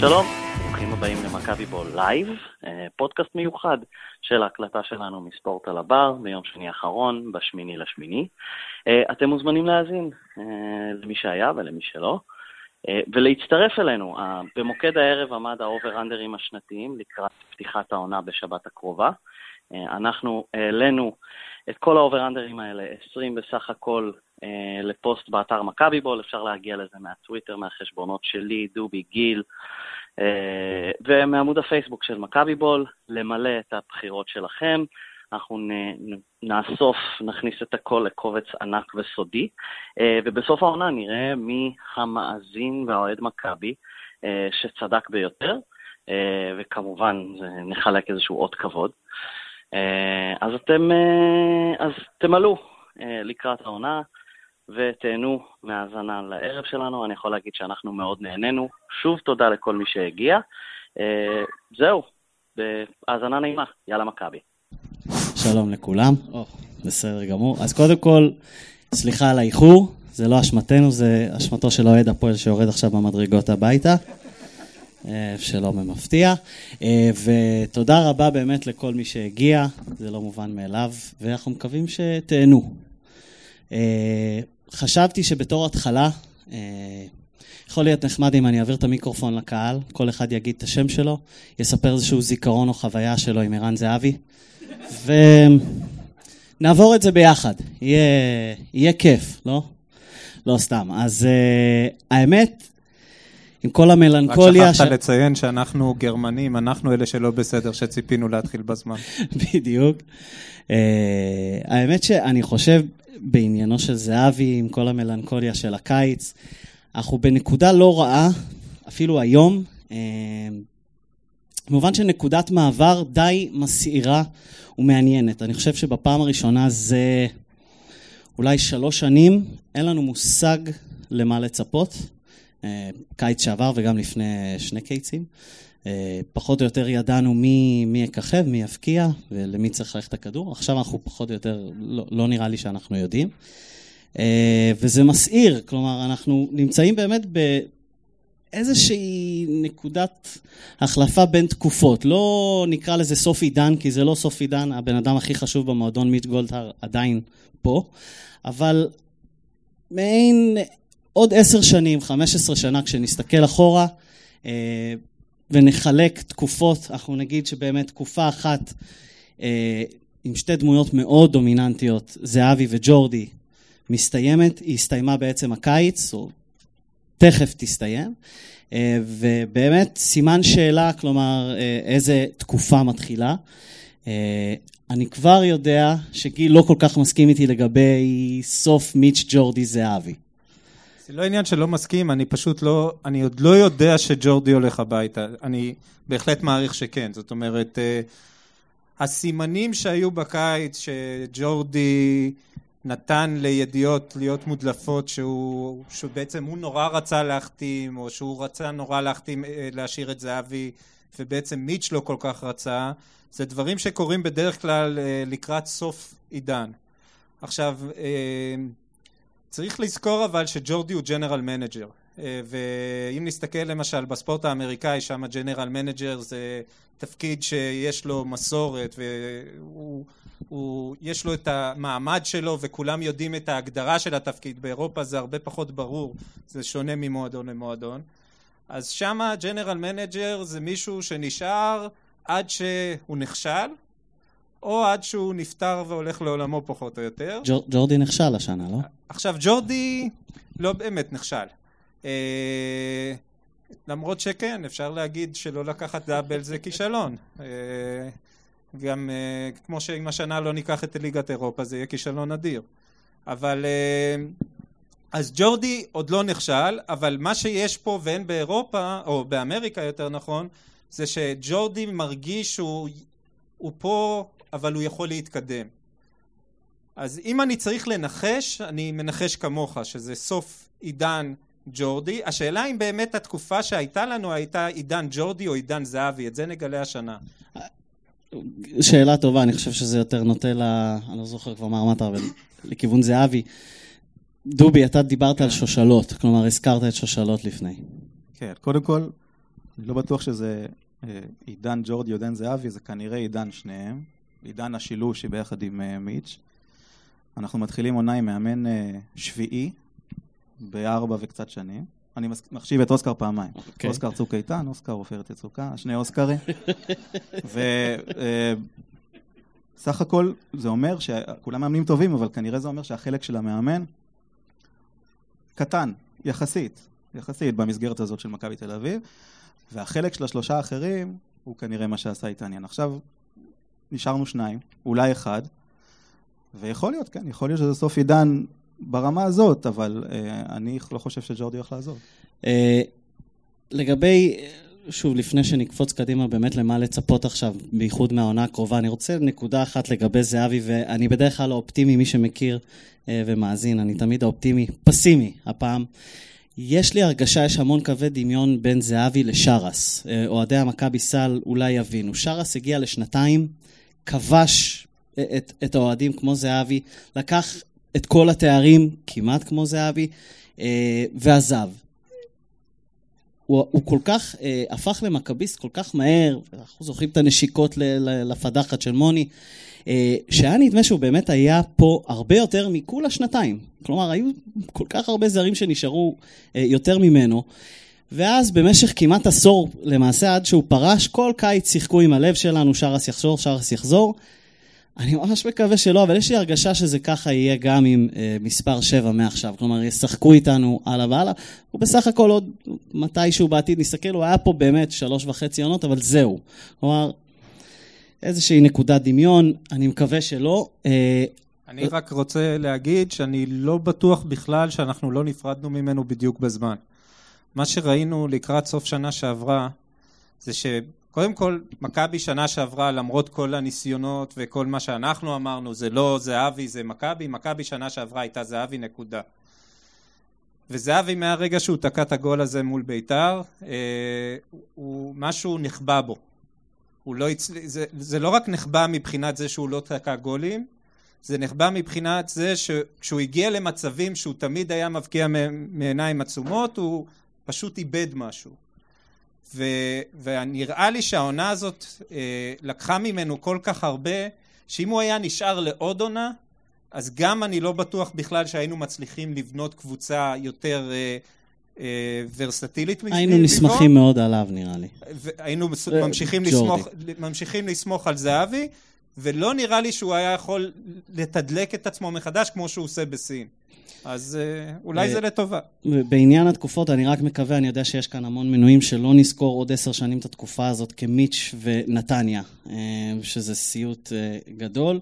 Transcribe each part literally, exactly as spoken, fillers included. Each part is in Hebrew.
שלום, ברוכים הבאים למכבי בול לייב, פודקאסט מיוחד של ההקלטה שלנו מספורט על הבר ביום שני האחרון, בשמיני לשמיני. אתם מוזמנים להאזין למי שהיה ולמי שלא, ולהצטרף אלינו. במוקד הערב עמד האובר-אנדרים השנתיים לקראת פתיחת העונה בשבת הקרובה. אנחנו העלינו את כל האובר-אנדרים האלה, עשרים בסך הכל, לפוסט באתר מכבי בול. אפשר להגיע לזה מהטוויטר, מהחשבונות שלי, דובי, גיל, ומעמוד הפייסבוק של מכבי בול, למלא את הבחירות שלכם. אנחנו נאסוף, נכניס את הכל לקובץ ענק וסודי, ובסוף העונה נראה מי המאזין והאוהד מכבי שצדק ביותר, וכמובן נחלק איזשהו עוד כבוד. אז אתם, אז תמלאו לקראת העונה ותהנו מהאזנה לערב שלנו. אני יכול להגיד שאנחנו מאוד נהנינו. שוב תודה לכל מי שהגיע. זהו, האזנה נעימה. יאללה מכבי. שלום לכולם. או, בסדר גמור. אז קודם כל, סליחה על האיחור. זה לא אשמתנו, זה אשמתו של אוהד הפועל שיורד עכשיו במדרגות הביתה. שלא ממפתיע. ותודה רבה באמת לכל מי שהגיע. זה לא מובן מאליו, ואנחנו מקווים שתהנו. חשבתי שבתור התחלה, יכול להיות נחמד אם אני אעביר את המיקרופון לקהל, כל אחד יגיד את השם שלו, יספר איזשהו זיכרון או חוויה שלו עם ערן זהבי, ונעבור את זה ביחד. יהיה, יהיה כיף, לא? לא סתם. אז האמת, עם כל המלנכוליה... רק שכחת לציין שאנחנו גרמנים, אנחנו אלה שלא בסדר, שציפינו להתחיל בזמן. בדיוק. האמת שאני חושב, בעניינו של זהבי, עם כל המלנכוליה של הקיץ, אנחנו בנקודה לא רעה, אפילו היום, במובן שנקודת מעבר די מסעירה ומעניינת. אני חושב שבפעם הראשונה זה אולי שלוש שנים, אין לנו מושג למה לצפות, קיץ שעבר וגם לפני שני קיצים. פחות או יותר ידענו מי, מי יככב, מי יפקיע ולמי צריך ללכת הכדור. עכשיו אנחנו פחות או יותר, לא, לא נראה לי שאנחנו יודעים. וזה מסעיר, כלומר אנחנו נמצאים באמת באיזושהי נקודת החלפה בין תקופות. לא נקרא לזה סוף עידן, כי זה לא סוף עידן, הבן אדם הכי חשוב במועדון מיץ' גולדהר עדיין פה, אבל מעין עוד עשר שנים, חמש עשרה שנה, כשנסתכל אחורה, ונחלק תקופות, אנחנו נגיד שבאמת תקופה אחת אה, עם שתי דמויות מאוד דומיננטיות, זהבי וג'ורדי, מסתיימת, היא הסתיימה בעצם הקיץ, או תכף תסתיים, אה, ובאמת סימן שאלה, כלומר אה, איזה תקופה מתחילה. אה, אני כבר יודע שגיל לא כל כך מסכים איתי לגבי סוף מיץ' ג'ורדי זהבי. זה לא עניין שלא מסכים, אני פשוט לא, אני עוד לא יודע שג'ורדי הולך הביתה. אני בהחלט מעריך שכן. זאת אומרת, הסימנים שהיו בקיץ, שג'ורדי נתן לידיעות להיות מודלפות, שהוא, שבעצם הוא נורא רצה להחתים, או שהוא רצה נורא להחתים, להשאיר את זהבי, ובעצם מיץ' לא כל כך רצה, זה דברים שקורים בדרך כלל לקראת סוף עידן. עכשיו, צריך לזכור אבל שג'ורדי הוא ג'נרל מנג'ר, ואם נסתכל למשל בספורט האמריקאי, שם הג'נרל מנג'ר זה תפקיד שיש לו מסורת, ויש לו את המעמד שלו, וכולם יודעים את ההגדרה של התפקיד. באירופה זה הרבה פחות ברור, זה שונה ממועדון למועדון. אז שם הג'נרל מנג'ר זה מישהו שנשאר עד שהוא נכשל, או עד שהוא נפטר והולך לעולמו פחות או יותר. ג'ורדי נכשל השנה, לא? עכשיו, ג'ורדי לא באמת נכשל. אה, למרות שכן, אפשר להגיד שלא לקחת דאבל זה כישלון. אה, גם אה, כמו שאם השנה לא ניקח את ליגת אירופה, זה יהיה כישלון אדיר. אבל, אה, אז ג'ורדי עוד לא נכשל, אבל מה שיש פה ואין באירופה, או באמריקה יותר נכון, זה שג'ורדי מרגיש שהוא הוא פה, אבל הוא יכול להתקדם. אז אם אני צריך לנחש, אני מנחש כמוך, שזה סוף עידן ג'ורדי. השאלה אם באמת התקופה שהייתה לנו הייתה עידן ג'ורדי או עידן זהבי, את זה נגלה השנה. שאלה טובה, אני חושב שזה יותר נוטה ל... אני לא זוכר כבר מה אמרת, אבל לכיוון זהבי. דובי, אתה דיברת על שושלות, כלומר הזכרת את שושלות לפני. כן, קודם כל, אני לא בטוח שזה עידן ג'ורדי או עידן זהבי, זה כנראה עידן שניהם, עידן השילושי ביחד עם מיץ'. אנחנו מתחילים עונה עם מאמן שביעי, בארבע וקצת שנים. אני מחשיב את אוסקר פעמיים. Okay. אוסקר צוק איתן, אוסקר עופרת יצוקה, שני אוסקרים. וסך הכל זה אומר שכולם מאמנים טובים, אבל כנראה זה אומר שהחלק של המאמן קטן, יחסית, יחסית במסגרת הזאת של מכבי תל אביב, והחלק של השלושה האחרים הוא כנראה מה שעשה איתניאן. עכשיו נשארנו שניים, אולי אחד, ויכול להיות, כן, יכול להיות שזה סוף עידן ברמה הזאת, אבל אה, אני לא חושב שג'ורדי הולך לעזוב. אה, לגבי, שוב, לפני שנקפוץ קדימה, באמת למה לצפות עכשיו, בייחוד מהעונה הקרובה, אני רוצה נקודה אחת לגבי זהבי, ואני בדרך כלל האופטימי, מי שמכיר אה, ומאזין, אני תמיד האופטימי, פסימי הפעם. יש לי הרגשה, יש המון כבד דמיון בין זהבי לשרס. אה, אוהדי המכבי סל אולי יבינו. שרס הגיע לשנתיים, כבש את, את האוהדים כמו זהבי, לקח את כל התארים כמעט כמו זהבי, אה, ועזב. הוא, הוא כל כך, אה, הפך למכביסט כל כך מהר, אנחנו זוכרים את הנשיקות ל, ל, לפדחת של מוני, אה, שהיה נדמה שהוא באמת היה פה הרבה יותר מכול השנתיים. כלומר, היו כל כך הרבה זרים שנשארו אה, יותר ממנו, ואז במשך כמעט עשור, למעשה עד שהוא פרש, כל קיץ שיחקו עם הלב שלנו, שרס יחזור, שרס יחזור, אני ממש מקווה שלא, אבל יש לי הרגשה שזה ככה יהיה גם עם אה, מספר שבע מעכשיו. כלומר, ישחקו איתנו הלאה והלאה. הוא בסך הכל עוד מתישהו בעתיד נסתכל, הוא היה פה באמת שלוש וחצי עונות, אבל זהו. כלומר, איזושהי נקודת דמיון, אני מקווה שלא. אה, אני רק רוצה להגיד שאני לא בטוח בכלל שאנחנו לא נפרדנו ממנו בדיוק בזמן. מה שראינו לקראת סוף שנה שעברה, זה ש... קודם כל, מכבי שנה שעברה, למרות כל הניסיונות וכל מה שאנחנו אמרנו, זה לא זהבי, זה מכבי, מכבי שנה שעברה הייתה זהבי נקודה. וזהבי מהרגע שהוא תקע את הגול הזה מול ביתר, אה, הוא, משהו נחבא בו. הוא לא הצל... זה, זה לא רק נחבא מבחינת זה שהוא לא תקע גולים, זה נחבא מבחינת זה שכשהוא הגיע למצבים שהוא תמיד היה מבקיע מעיניים עצומות, הוא פשוט איבד משהו. ו- ונראה לי שהעונה הזאת אה, לקחה ממנו כל כך הרבה, שאם הוא היה נשאר לעוד עונה, אז גם אני לא בטוח בכלל שהיינו מצליחים לבנות קבוצה יותר אה, אה, ורסטילית. היינו נסמכים מאוד עליו נראה לי. היינו ממשיכים לסמוך, ממשיכים לסמוך על זהבי, ולא נראה לי שהוא היה יכול לתדלק את עצמו מחדש כמו שהוא עושה בסין. אז אולי זה לטובה. בעניין התקופות, אני רק מקווה, אני יודע שיש כאן המון מנויים שלא נזכור עוד עשר שנים את התקופה הזאת כמיץ' ונתניה, שזה סיוט גדול.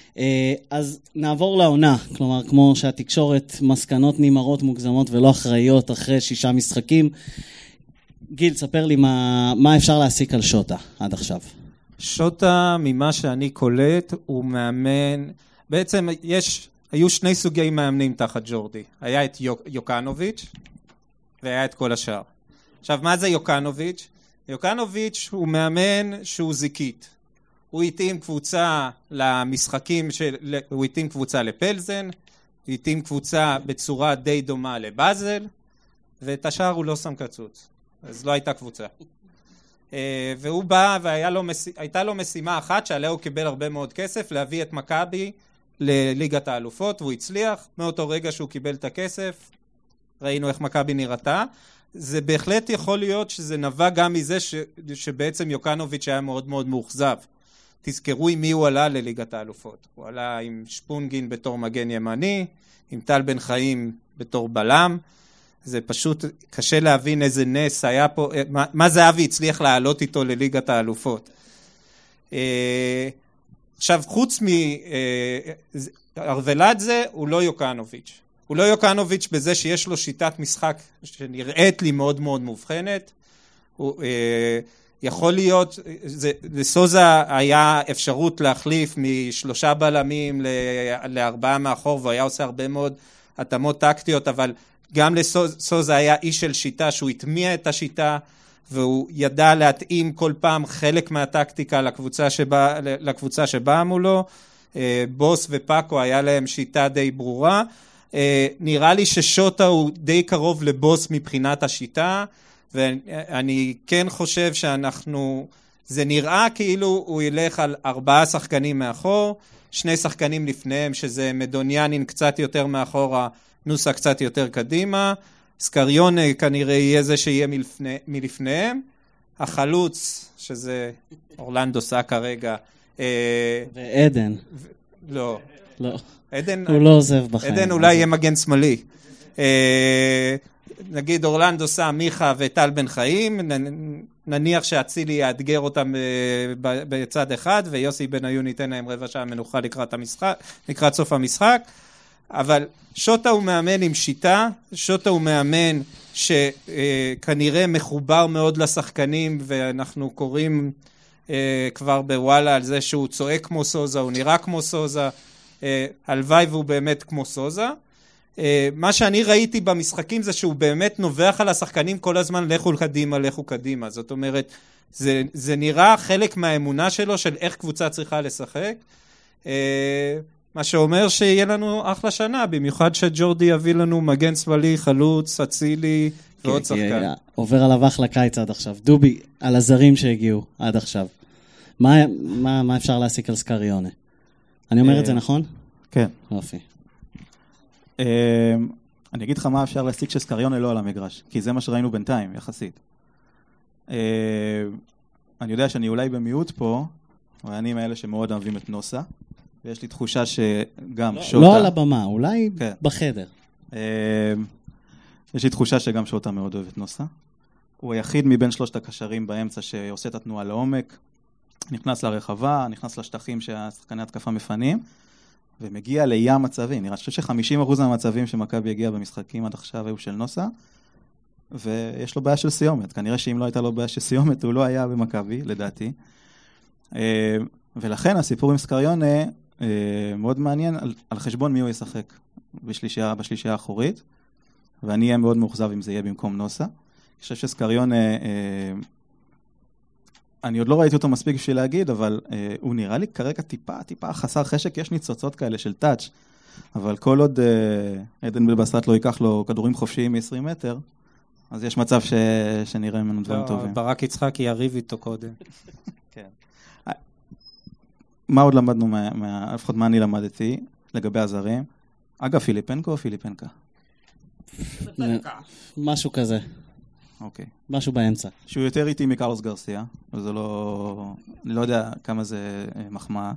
אז נעבור לעונה, כלומר, כמו שהתקשורת מסקנות נמרות מוגזמות ולא אחראיות אחרי שישה משחקים. גיל, ספר לי מה, מה אפשר להסיק על שוטה עד עכשיו. שוטה, ממה שאני קולט, הוא מאמן, בעצם יש... היו שני סוגי מאמנים תחת ג'ורדי. היה את יוקנוביץ' והיה את כל השאר. עכשיו, מה זה יוקנוביץ'? יוקנוביץ' הוא מאמן שהוא זיקית. הוא התאים קבוצה למשחקים, של... הוא התאים קבוצה לפלזן, הוא התאים קבוצה בצורה די דומה לבאזל, ואת השאר הוא לא שם קצוץ. אז לא הייתה קבוצה. והוא בא והייתה לו משימה אחת שעליה הוא קיבל הרבה מאוד כסף, להביא את מכבי לליגת האלופות, והוא הצליח. מאותו רגע שהוא קיבל את הכסף, ראינו איך מכבי נראתה. זה בהחלט יכול להיות שזה נבע גם מזה ש, שבעצם יוקנוביץ' היה מאוד מאוד מאוכזב. תזכרו עם מי הוא עלה לליגת האלופות. הוא עלה עם שפונגין בתור מגן ימני, עם טל בן חיים בתור בלם. זה פשוט קשה להבין איזה נס היה פה, מה, מה זהבי הצליח לעלות איתו לליגת האלופות. עכשיו, חוץ מארוולדזה, הוא לא יוקנוביץ'. הוא לא יוקנוביץ' בזה שיש לו שיטת משחק שנראית לי מאוד מאוד מובחנת. הוא, אה, יכול להיות, זה, לסוזה היה אפשרות להחליף משלושה בלמים לארבעה מאחור, והוא היה עושה הרבה מאוד התאמות טקטיות, אבל גם לסוזה היה איש של שיטה, שהוא התמיע את השיטה, והוא ידע להתאים כל פעם חלק מהטקטיקה לקבוצה שבא, לקבוצה שבאה מולו. בוס ופאקו היה להם שיטה די ברורה. נראה לי ששוטה הוא די קרוב לבוס מבחינת השיטה, ואני כן חושב שאנחנו, זה נראה כאילו הוא ילך על ארבעה שחקנים מאחור, שני שחקנים לפניהם, שזה מדוניאנין קצת יותר מאחורה, נוסה קצת יותר קדימה, סקריונה כנראה יהיה זה שיהיה מלפני, מלפניהם, החלוץ, שזה אורלנדו סא כרגע. ועדן. ו... לא. לא. עדן, הוא לא עוזב בחיים. עדן אולי יהיה מגן שמאלי. נגיד אורלנדו סא, מיכה וטל בן חיים, נניח שהצילי יאתגר אותם בצד אחד, ויוסי בן היו ניתן להם רבע שעה מנוחה לקראת המשחק, לקראת סוף המשחק, אבל שוטה הוא מאמן עם שיטה, שוטה הוא מאמן שכנראה מחובר מאוד לשחקנים, ואנחנו קוראים כבר בוואלה על זה שהוא צועק כמו סוזה, הוא נראה כמו סוזה, הלוואי והוא באמת כמו סוזה. מה שאני ראיתי במשחקים זה שהוא באמת נובח על השחקנים כל הזמן, לכו קדימה, לכו קדימה. זאת אומרת, זה, זה נראה חלק מהאמונה שלו של איך קבוצה צריכה לשחק. מה שאומר שיהיה לנו אחלה שנה, במיוחד שג'ורדי יביא לנו מגן שמאלי, חלוץ, אצילי ועוד שחקן. עובר עליו אחלה קיץ עד עכשיו. דובי, על הזרים שהגיעו עד עכשיו. מה, מה, מה אפשר להסיק על סקריונה? אני אומר את זה נכון? כן. יופי. אני אגיד לך מה אפשר להסיק שסקריונה לא על המגרש, כי זה מה שראינו בינתיים, יחסית. אני יודע שאני אולי במיעוט פה, אבל אני מאלה שמאוד אוהבים את נוסה, ויש לי תחושה שגם לא, שוטה... לא על הבמה, אולי כן. בחדר. יש לי תחושה שגם שוטה מאוד אוהב את נוסה. הוא היחיד מבין שלושת הקשרים באמצע שעושה את התנועה לעומק, נכנס לרחבה, נכנס לשטחים שהשחקני התקפה מפנים, ומגיע לים מצבים. נראה, אני חושב ש-חמישים אחוז מהמצבים שמכבי הגיע במשחקים עד עכשיו היו של נוסה, ויש לו בעיה של סיומת. כנראה שאם לא הייתה לו בעיה של סיומת, הוא לא היה במכבי, לדעתי. ולכן הסיפור עם סקריונה מאוד מעניין על, על חשבון מי הוא ישחק בשלישייה, בשלישייה האחורית, ואני אהיה מאוד מאוכזב אם זה יהיה במקום נוסה. אני חושב שסקריונה, אני עוד לא ראיתי אותו מספיק בשביל להגיד, אבל אה, הוא נראה לי כרגע טיפה, טיפה חסר חשק, יש ניצוצות כאלה של טאץ', אבל כל עוד אה, עדן בלבסט לא ייקח לו כדורים חופשיים מ-עשרים מטר, אז יש מצב ש... שנראה ממנו דברים טובים. ברק יצחק יריב איתו קודם. כן. מה עוד למדנו, מה, מה, לפחות מה אני למדתי לגבי הזרים? אגב, פיליפנקו או פיליפנקה? משהו כזה. אוקיי. משהו באמצע. שהוא יותר איטי מקרלוס גרסיה, וזה לא... אני לא יודע כמה זה מחמאה.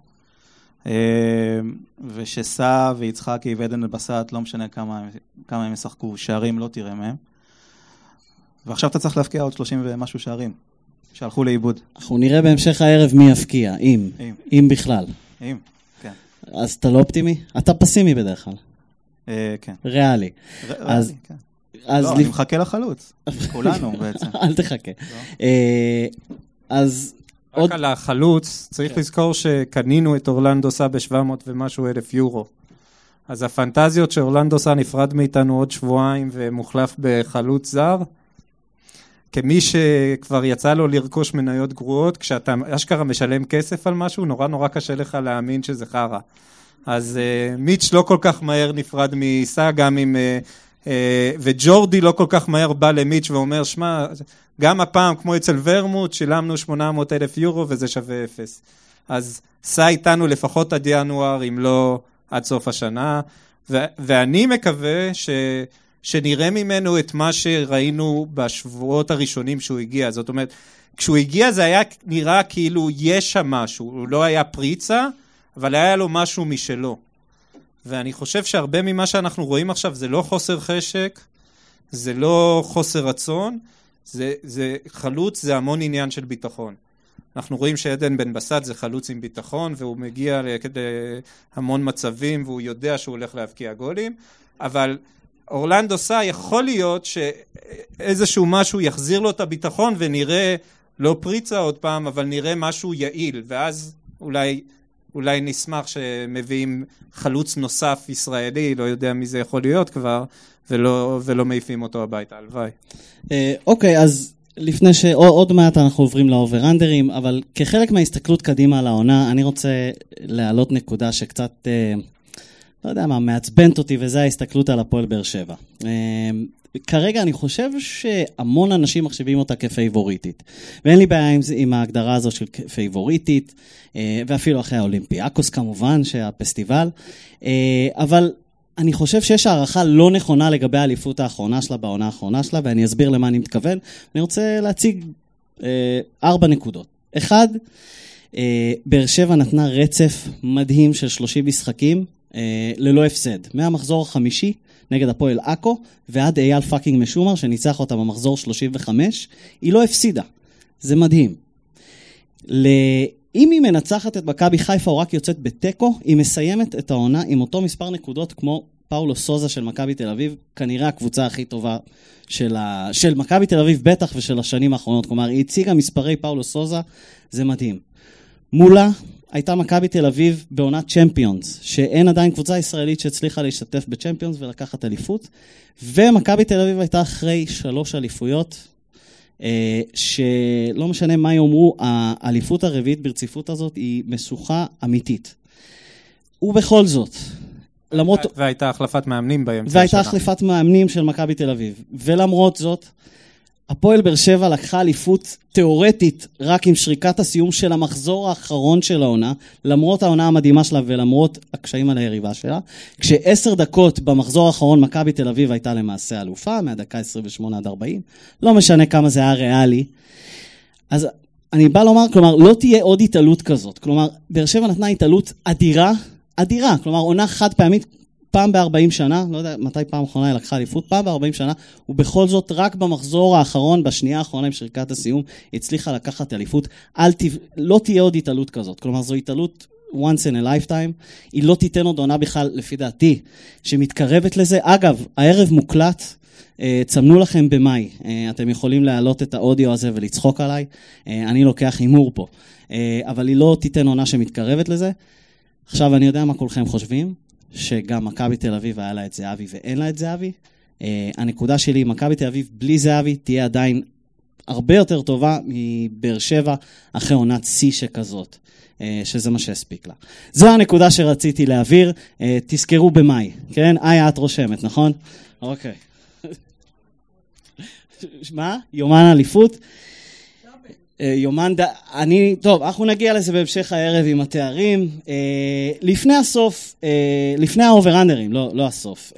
ושסע ויצחקי ועדן בלבסט, לא משנה כמה, כמה הם ישחקו, שערים לא תראה מהם. ועכשיו אתה צריך להפקיע עוד שלושים ומשהו שערים, שהלכו לאיבוד. אנחנו נראה בהמשך הערב מי יפקיע, אם. אם. אם בכלל. אם, כן. אז אתה לא אופטימי? אתה פסימי בדרך כלל. כן. ריאלי. ריאלי, כן. לא, אני מחכה לחלוץ. כולנו בעצם. אל תחכה. אז... רק על החלוץ, צריך לזכור שקנינו את אורלנדו סא ב-שבע מאות ומשהו אלף יורו. אז הפנטזיות שאורלנדו סא נפרד מאיתנו עוד שבועיים ומוחלף בחלוץ זר, כמי שכבר יצא לו לרכוש מניות גרועות, כשאתה אשכרה משלם כסף על משהו, נורא נורא קשה לך להאמין שזה חרה. אז uh, מיץ' לא כל כך מהר נפרד מסא, גם עם... Uh, uh, וג'ורדי לא כל כך מהר בא למיץ' ואומר, שמה, גם הפעם, כמו אצל ורמוט, שילמנו שמונה מאות אלף יורו וזה שווה אפס. אז סא איתנו לפחות עד ינואר, אם לא עד סוף השנה, ו- ואני מקווה ש... שנראה ממנו את מה שראינו בשבועות הראשונים שהוא הגיע. זאת אומרת, כשהוא הגיע זה היה נראה כאילו יש שם משהו, הוא לא היה פריצה, אבל היה לו משהו משלו. ואני חושב שהרבה ממה שאנחנו רואים עכשיו זה לא חוסר חשק, זה לא חוסר רצון, זה, זה חלוץ, זה המון עניין של ביטחון. אנחנו רואים שעדן בן בסט זה חלוץ עם ביטחון, והוא מגיע להמון מצבים, והוא יודע שהוא הולך להבקיע גולים, אבל אורלנדו סא יכול להיות שאיזשהו משהו יחזיר לו את הביטחון, ונראה, לא פריצה עוד פעם, אבל נראה משהו יעיל, ואז אולי, אולי נשמח שמביאים חלוץ נוסף ישראלי, לא יודע מי זה יכול להיות כבר, ולא, ולא מעיפים אותו הביתה, הלוואי. אוקיי, אז לפני שעוד מעט אנחנו עוברים לאובר-אנדרים, אבל כחלק מההסתכלות קדימה על העונה, אני רוצה להעלות נקודה שקצת... לא יודע מה, מעצבנת אותי, וזה ההסתכלות על הפועל באר שבע. כרגע אני חושב שהמון אנשים מחשבים אותה כפייבוריטית. ואין לי בעיה עם, עם ההגדרה הזו של פייבוריטית, ואפילו אחרי האולימפיאקוס כמובן, שהפסטיבל. אבל אני חושב שיש הערכה לא נכונה לגבי האליפות האחרונה שלה, בעונה האחרונה שלה, ואני אסביר למה אני מתכוון. אני רוצה להציג ארבע נקודות. אחד, באר שבע נתנה רצף מדהים של שלושים משחקים, ללא הפסד. מהמחזור החמישי, נגד הפועל עכו, ועד אייל פאקינג משומר, שניצח אותה במחזור שלושים וחמש, היא לא הפסידה. זה מדהים. אם היא מנצחת את מכבי חיפה או רק יוצאת בטקו, היא מסיימת את העונה עם אותו מספר נקודות כמו פאולו סוזה של מכבי תל אביב, כנראה הקבוצה הכי טובה של, ה... של מכבי תל אביב בטח ושל השנים האחרונות. כלומר, היא הציגה מספרי פאולו סוזה, זה מדהים. מולה הייתה מכבי תל אביב בעונת צ'מפיונס, שאין עדיין קבוצה ישראלית שהצליחה להשתתף בצ'מפיונס ולקחת אליפות, ומכבי תל אביב הייתה אחרי שלוש אליפויות, שלא משנה מה יאמרו, האליפות הרביעית ברציפות הזאת היא מסוכה אמיתית. ובכל זאת, למרות... והייתה החלפת מאמנים באמצע השנה. והייתה החלפת מאמנים של מכבי תל אביב. ולמרות זאת, הפועל באר שבע לקחה אליפות תיאורטית רק עם שריקת הסיום של המחזור האחרון של העונה, למרות העונה המדהימה שלה ולמרות הקשיים על היריבה שלה, כשעשר דקות במחזור האחרון מכבי תל אביב הייתה למעשה אלופה, מהדקה עשרים ושמונה עד ארבעים, לא משנה כמה זה היה ריאלי. אז אני בא לומר, כלומר, לא תהיה עוד התעלות כזאת. כלומר, באר שבע נתנה התעלות אדירה, אדירה, כלומר, עונה חד פעמית, פעם ב-ארבעים שנה, לא יודע מתי פעם האחרונה היא לקחה אליפות, פעם ב-ארבעים שנה, ובכל זאת רק במחזור האחרון, בשנייה האחרונה עם שריקת הסיום, הצליחה לקחת אליפות. אל ת... לא תהיה עוד התעלות כזאת. כלומר, זו התעלות once in a lifetime. היא לא תיתן עוד עונה בכלל, לפי דעתי, שמתקרבת לזה. אגב, הערב מוקלט, צמנו לכם במאי. אתם יכולים להעלות את האודיו הזה ולצחוק עליי. אני לוקח הימור פה. אבל היא לא תיתן עונה שמתקרבת לזה. עכשיו, אני יודע מה כולכם חושבים. שגם מכבי תל אביב היה לה את זהבי ואין לה את זהבי. Uh, הנקודה שלי, מכבי תל אביב בלי זהבי תהיה עדיין הרבה יותר טובה מבאר שבע אחרי עונת C שכזאת, uh, שזה מה שהספיק לה. זו הנקודה שרציתי להעביר, uh, תזכרו במאי, כן? איה, את רושמת, נכון? אוקיי. מה? יומן אליפות? יומן, אני, טוב, אנחנו נגיע לזה בהמשך הערב עם התארים. לפני הסוף, לפני האובר-אנדרים, לא, לא הסוף.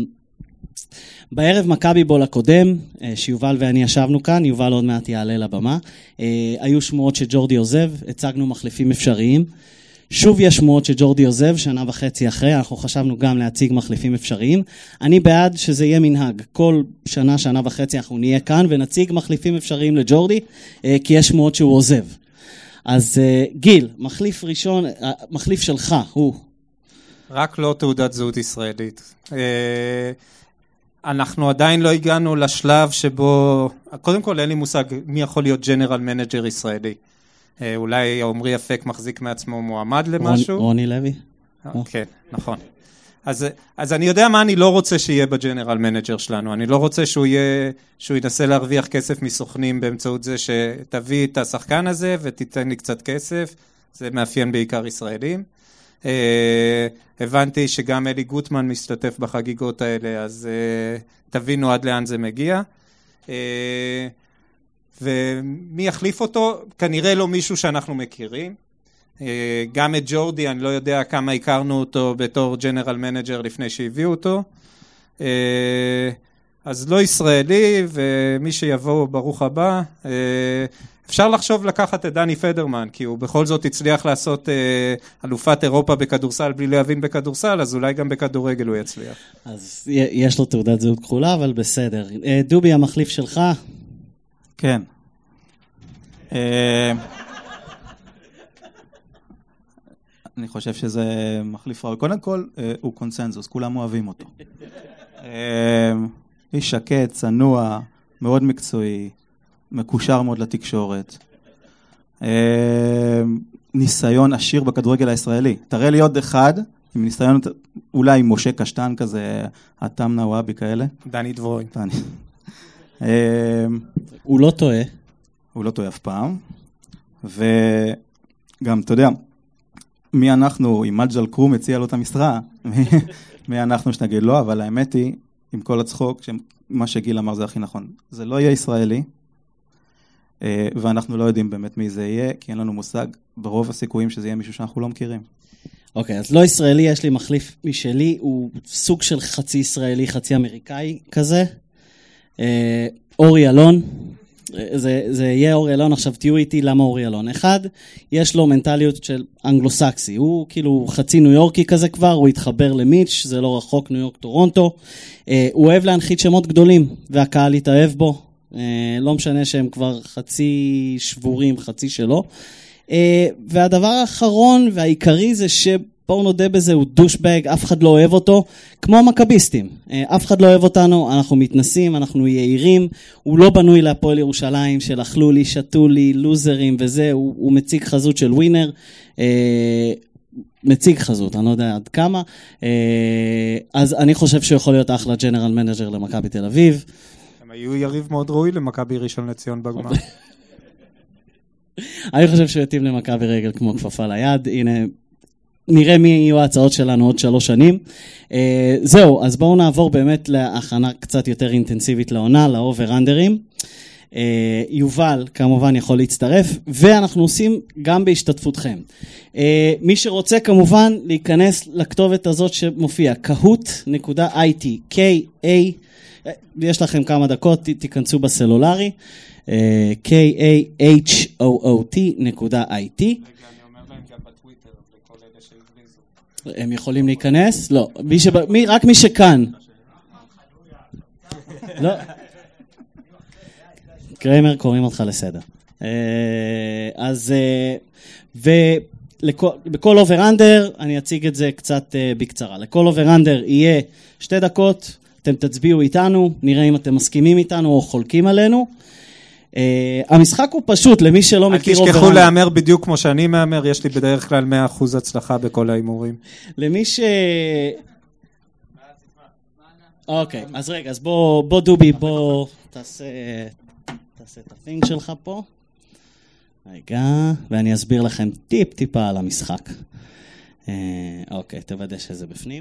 בערב מכבי בול הקודם, שיובל ואני ישבנו כאן, יובל עוד מעט יעלה לבמה. היו שמועות שג'ורדי עוזב, הצגנו מחליפים אפשריים. שוב יש שמועות שג'ורדי עוזב, שנה וחצי אחרי, אנחנו חשבנו גם להציג מחליפים אפשריים. אני בעד שזה יהיה מנהג. כל שנה, שנה וחצי אנחנו נהיה כאן ונציג מחליפים אפשריים לג'ורדי, כי יש שמועות שהוא עוזב. אז גיל, מחליף ראשון, מחליף שלך, הוא. רק לא תעודת זהות ישראלית. אנחנו עדיין לא הגענו לשלב שבו, קודם כל אין לי מושג מי יכול להיות ג'נרל מנג'ר ישראלי. אולי עומרי אפק מחזיק מעצמו מועמד למשהו. רוני לוי. כן, נכון. אז, אז אני יודע מה אני לא רוצה שיהיה בג'נרל מנג'ר שלנו. אני לא רוצה שהוא יהיה, שהוא ינסה להרוויח כסף מסוכנים באמצעות זה שתביא את השחקן הזה ותיתן לי קצת כסף. זה מאפיין בעיקר ישראלים. הבנתי שגם אלי גוטמן משתתף בחגיגות האלה, אז תבינו עד לאן זה מגיע. ומי יחליף אותו? כנראה לא מישהו שאנחנו מכירים. גם את ג'ורדי, אני לא יודע כמה הכרנו אותו בתור ג'נרל מנג'ר לפני שהביאו אותו. אז לא ישראלי, ומי שיבוא ברוך הבא. אפשר לחשוב לקחת את דני פדרמן, כי הוא בכל זאת הצליח לעשות אלופת אירופה בכדורסל בלי להבין בכדורסל, אז אולי גם בכדורגל הוא יצליח. אז יש לו תעודת זהות כחולה, אבל בסדר. דובי, המחליף שלך? כן. אני חושב שזה מחליף ראוי. קודם כל, הוא קונסנזוס, כולם אוהבים אותו. איש שקט, צנוע, מאוד מקצועי, מקושר מאוד לתקשורת. ניסיון עשיר בכדורגל הישראלי. תראה לי עוד אחד, עם ניסיון, אולי עם משה קשטן כזה, התם נוואבי כאלה. דני דבורין. דני. הוא לא טועה. הוא לא טועה אף פעם. וגם, אתה יודע, מי אנחנו, אם מג'ל קרום הציע לו את המשרה, מי אנחנו שנגיד לא, אבל האמת היא, עם כל הצחוק, מה שגיל אמר זה הכי נכון. זה לא יהיה ישראלי, ואנחנו לא יודעים באמת מי זה יהיה, כי אין לנו מושג ברוב הסיכויים שזה יהיה מישהו שאנחנו לא מכירים. אוקיי, אז לא ישראלי, יש לי מחליף משלי, הוא סוג של חצי ישראלי, חצי אמריקאי כזה. אורי אלון, זה, זה יהיה אורי אלון, עכשיו תהיו איתי למה אורי אלון. אחד, יש לו מנטליות של אנגלוסקסי, הוא כאילו חצי ניו יורקי כזה כבר, הוא התחבר למיץ', זה לא רחוק, ניו יורק טורונטו. הוא אוהב להנחית שמות גדולים, והקהל יתאהב בו. לא משנה שהם כבר חצי שבורים, חצי שלו. והדבר האחרון והעיקרי זה שבואו נודה בזה, הוא דושבג, אף אחד לא אוהב אותו, כמו מקביסטים. אף אחד לא אוהב אותנו, אנחנו מתנסים, אנחנו יעירים, הוא לא בנוי להפועל ירושלים של אכלו לי, שתו לי, לוזרים וזה, הוא, הוא מציג חזות של ווינר, מציג חזות, אני לא יודע עד כמה, אז אני חושב שיכול להיות אחלה ג'נרל מנג'ר למכבי תל אביב. הם היו יריב מאוד ראוי למכבי ראשון לציון בגמר. אני חושב שהוא יתאים למכבי רגל כמו כפפה ליד. הנה, נראה מי יהיו ההצעות שלנו עוד שלוש שנים. זהו, אז בואו נעבור באמת להכנה קצת יותר אינטנסיבית לעונה, לאובר-אנדרים. יובל כמובן יכול להצטרף, ואנחנו עושים גם בהשתתפותכם. מי שרוצה כמובן להיכנס לכתובת הזאת שמופיע, קהוט נקודה איי טי, K-A, יש לכם כמה דקות, תיכנסו בסלולרי, K A H O O T נקודה I T. רגע, אני אומר להם גם בטוויטר, לכל אלה שהגריזו. הם יכולים להיכנס? לא, מי שבא, מי, רק מי שכאן. לא. קריימר, קוראים אותך לסדר. אז, ובכל אובר-אנדר, אני אציג את זה קצת בקצרה. לכל אובר-אנדר יהיה שתי דקות, אתם תצביעו איתנו, נראה אם אתם מסכימים איתנו או חולקים עלינו. Uh, המשחק הוא פשוט, למי שלא מכיר אובר-אנדר. אל תשכחו להאמר בדיוק כמו שאני מאמר, יש לי בדרך כלל מאה אחוז הצלחה בכל האימורים. למי ש... אוקיי, okay, אז רגע, אז בוא, בוא דובי, בוא תעשה, תעשה את הפינג שלך פה. רגע, ואני אסביר לכם טיפ טיפה על המשחק. Uh, אוקיי, תוודא שזה בפנים.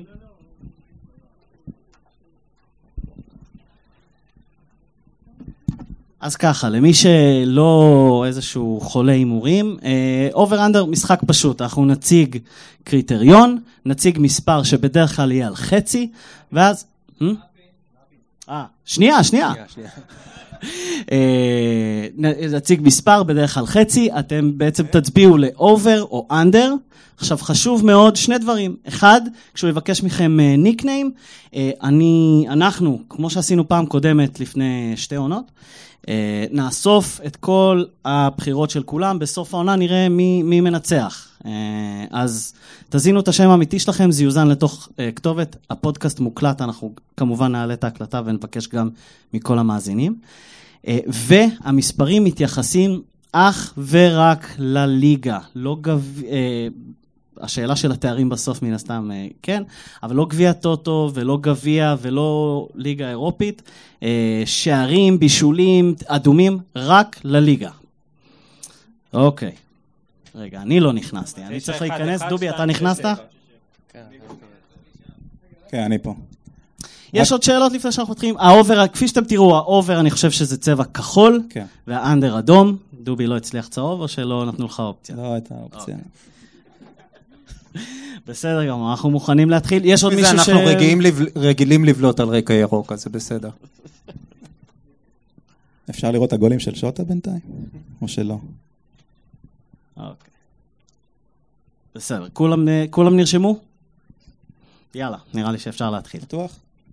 אז ככה, למי שלא איזשהו חולה הימורים, אובר-אנדר משחק פשוט, אנחנו נציג קריטריון, נציג מספר שבדרך כלל יהיה על חצי, ואז... אה, שנייה, שנייה. נציג מספר בדרך כלל חצי, אתם בעצם תצביעו לאובר או אנדר. עכשיו חשוב מאוד שני דברים. אחד, כשהוא יבקש מכם ניקניים, אני, אנחנו, כמו שעשינו פעם קודמת לפני שתי עונות, נאסוף את כל הבחירות של כולם, בסוף העונה נראה מי, מי מנצח. אז תזינו את השם האמיתי שלכם, זה יוזן לתוך כתובת, הפודקאסט מוקלט, אנחנו כמובן נעלה את ההקלטה ונבקש גם מכל המאזינים. והמספרים מתייחסים אך ורק לליגה, לא גב... השאלה של התארים בסוף מן הסתם, כן, אבל לא גביע טוטו ולא גביע ולא ליגה אירופית, שערים, בישולים, אדומים, רק לליגה. אוקיי. רגע, אני לא נכנסתי, אני צריך להיכנס. דובי, אתה נכנסת? כן, אני פה. יש עוד שאלות לפני שאנחנו מתחילים. האובר, כפי שאתם תראו, האובר, אני חושב שזה צבע כחול, והאנדר אדום. דובי לא הצליח צהוב, או שלא נתנו לך אופציה? לא הייתה אופציה. בסדר גם, אנחנו מוכנים להתחיל. יש עוד מישהו ש... אנחנו רגילים לבלוט על רקע ירוק, אז זה בסדר. אפשר לראות הגולים של שוטה בינתיים? או שלא? אוקיי. בסדר, כולם, כולם נרשמו? יאללה, נראה לי שאפשר להתחיל. בטוח?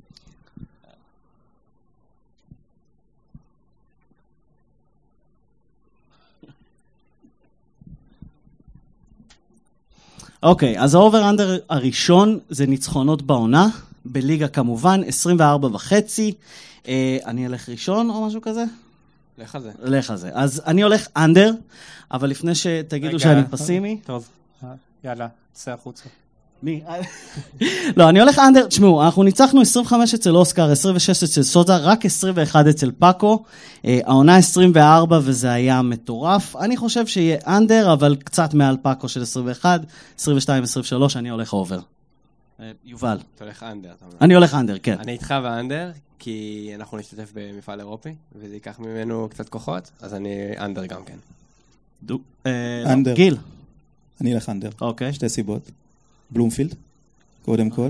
אוקיי, אז האובר-אנדר הראשון זה ניצחונות בעונה, בליגה כמובן, עשרים וארבע וחצי. אה, אני אלך ראשון או משהו כזה? לך על זה. לך על זה. אז אני הולך אנדר, אבל לפני שתגידו שאני פסימי... טוב, יאללה, צא החוצה. מי? לא, אני הולך אנדר, תשמעו, אנחנו ניצחנו עשרים וחמש אצל אוסקר, עשרים ושש אצל סוטה, רק עשרים ואחת אצל פאקו, העונה עשרים וארבע וזה היה מטורף. אני חושב שיהיה אנדר, אבל קצת מעל פאקו של עשרים ואחת, עשרים ושתיים, עשרים ושלוש, אני הולך אובר. יובל. אתה הולך אנדר. אני הולך אנדר, כן. אני איתך באנדר, כי אנחנו נשתתף במפעל אירופי, וזה ייקח ממנו קצת כוחות, אז אני אנדר גם כן. אנדר. גיל. אני אלך אנדר. אוקיי. שתי סיבות. בלומפילד, קודם כל.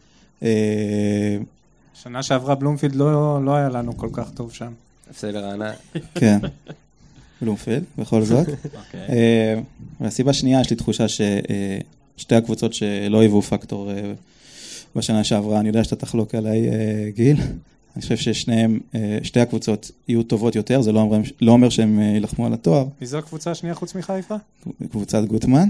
שנה שעברה בלומפילד לא, לא היה לנו כל כך טוב שם. הפסד לרעננה. כן. בלומפילד, בכל זאת. והסיבה השנייה, יש לי תחושה ששתי הקבוצות שלא היוו פקטור בשנה שעברה, אני יודע שאתה תחלוק עליי, גיל. אני חושב ששניהם, שתי הקבוצות יהיו טובות יותר, זה לא אומר, לא אומר שהם ילחמו על התואר. מי זו הקבוצה השנייה חוץ מחיפה? קבוצת גוטמן.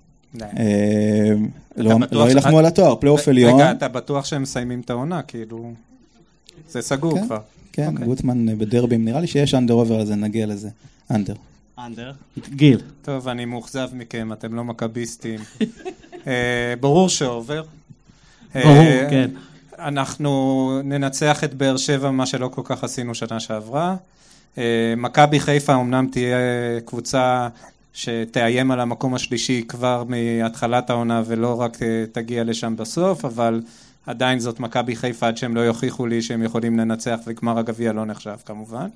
לא ילחמו על התואר, פלייאוף עליון. רגע, אתה בטוח שהם מסיימים את העונה, כאילו, זה סגור כבר. כן, גוטמן בדרבים, נראה לי שיש אנדר עובר לזה, נגיע לזה. אנדר. אנדר. גיל. טוב, אני מאוכזב מכם, אתם לא מכביסטים. ברור שעובר. ברור, כן. אנחנו ננצח את באר שבע, מה שלא כל כך עשינו שנה שעברה. מכבי חיפה אמנם תהיה קבוצה שתאיים על המקום השלישי כבר מהתחלת העונה, ולא רק תגיע לשם בסוף, אבל עדיין זאת מכבי חיפה, עד שהם לא יוכיחו לי שהם יכולים לנצח, וגמר הגביע לא נחשב כמובן.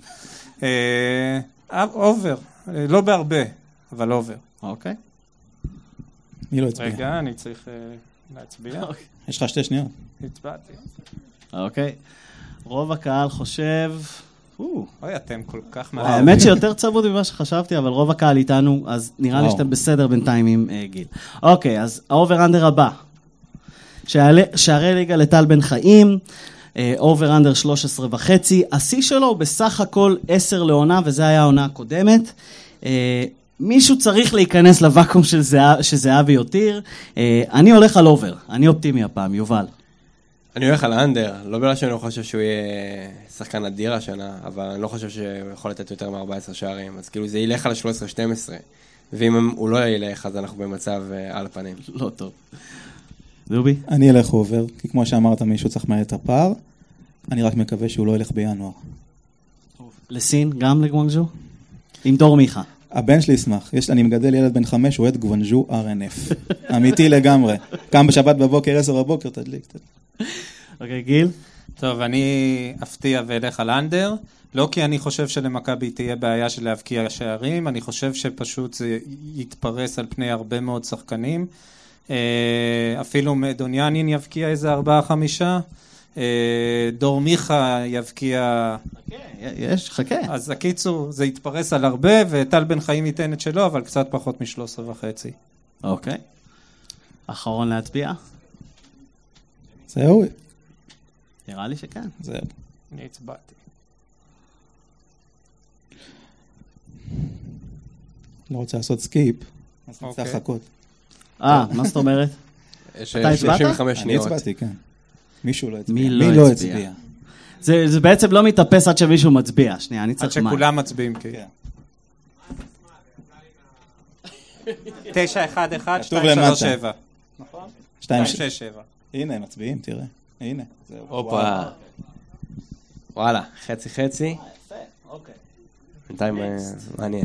אובר, לא בהרבה, אבל אובר. אוקיי. מי לא הצביע? רגע, אני צריך להצביע. יש לך שתי שניות. הצבעתי. אוקיי. רוב הקהל חושב... אוי, אתם כל כך מעט. האמת שיותר צמוד ממה שחשבתי, אבל רוב הקהל איתנו, אז נראה לי שאתם בסדר בינתיים עם גיל. אוקיי, אז האובר אנדר הבא. שערי ליגה לטל בן חיים, אובר אנדר שלוש עשרה וחצי, השיא שלו הוא בסך הכל עשר לעונה, וזה היה העונה הקודמת. מישהו צריך להיכנס לוואקום שזהבי יותיר. אני הולך על אובר, אני אופטימי הפעם, יובל. אני הולך על אנדר, לא בגלל שאני לא חושב שהוא יהיה שחקן אדיר השנה, אבל אני לא חושב שהוא יכול לתת יותר מ-ארבע עשרה שערים, אז כאילו זה ילך על שלוש עשרה שתים עשרה, ואם הוא לא ילך, אז אנחנו במצב על הפנים. לא טוב. דובי? אני אלך אובר, כי כמו שאמרת, מישהו צריך מעט הפער, אני רק מקווה שהוא לא ילך בינואר. לסין, גם לגוונג'ו? עם דור מיכה. הבן שלי ישמח, יש, אני מגדל ילד בן חמש, הוא את גוונג'ו אר אן אף. אמיתי לגמרי. קם בשבת בבוקר, עשר בבוקר, תדליק. אוקיי, גיל? טוב, אני אפתיע ואלך על אנדר, לא כי אני חושב שלמכבי תהיה בעיה של להבקיע שערים, אני חושב שפשוט זה יתפרס על פני הרבה מאוד שחקנים, אפילו דוניאנין יבקיע איזה ארבעה חמישה, דור מיכה יבקיע... יש, חכה. אז הקיצור, זה יתפרס על הרבה, וטל בן חיים ייתן את שלו, אבל קצת פחות משלוש עשרה וחצי. אוקיי. אחרון להצביע? זהו. נראה לי שכן. זהו. אני הצבעתי. לא רוצה לעשות סקיפ, אז נצטרך לחכות. אה, מה זאת אומרת? יש שלושים וחמש שניות. אני הצבעתי, כן. מישהו לא הצביע. מי לא הצביע? זה בעצם לא מתאפס עד שמישהו מצביע. שנייה, אני צריך מה. עד שכולם מצביעים, כן. תשע, אחד, אחד, שתיים, שלוש, שבע. נכון? שתיים, שש, שבע. הנה, הם מצביעים, תראה. הנה. אופה. וואלה, חצי חצי. יפה, אוקיי. בינתיים מעניין.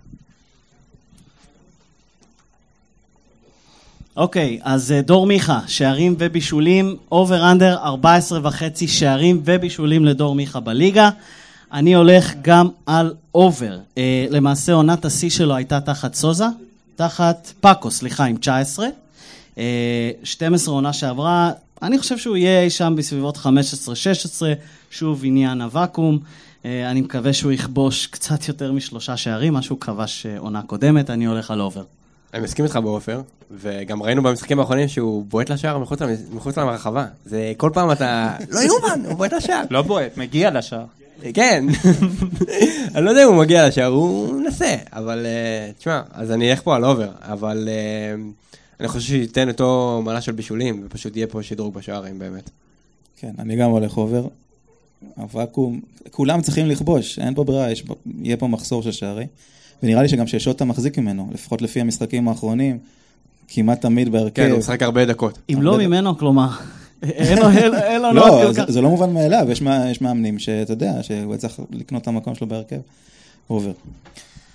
אוקיי, אז דור מיכה, שערים ובישולים, אובר אנדר ארבע עשרה וחצי שערים ובישולים לדור מיכה בליגה. אני הולך גם על אובר. אה, למעשה עונת השיא שלו הייתה תחת סוזה, תחת פאקו, סליחה, עם תשע עשרה. אה, שתים עשרה עונה שעברה, אני חושב שהוא יהיה שם בסביבות חמש עשרה שש עשרה, שוב עניין הוואקום. אה, אני מקווה שהוא יכבוש קצת יותר משלושה שערים, משהו כבש עונה קודמת, אני הולך על אובר. אני מסכים איתך באופר, וגם ראינו במשחקים האחרונים שהוא בועט לשער מחוץ למרחבה. זה כל פעם אתה... לא יאומן, הוא בועט לשער. לא בועט, מגיע לשער. כן. אני לא יודע אם הוא מגיע לשער, הוא מנסה. אבל, תשמע, אז אני אלך פה על אובר, אבל אני חושב שייתן אותו מעלה של בישולים, ופשוט יהיה פה שדרוג בשערים באמת. כן, אני גם הולך אובר. הוואקום, כולם צריכים לכבוש, אין פה ברירה, יהיה פה מחסור של שערים. ונראה לי שגם ששוטה מחזיק ממנו, לפחות לפי המשחקים האחרונים, כמעט תמיד בהרכב. כן, הוא משחק הרבה דקות. אם לא ממנו, כלומר, אין לו לא, זה לא מובן מאליו, יש מאמנים שאתה יודע, שהוא צריך לקנות את המקום שלו בהרכב. אובר.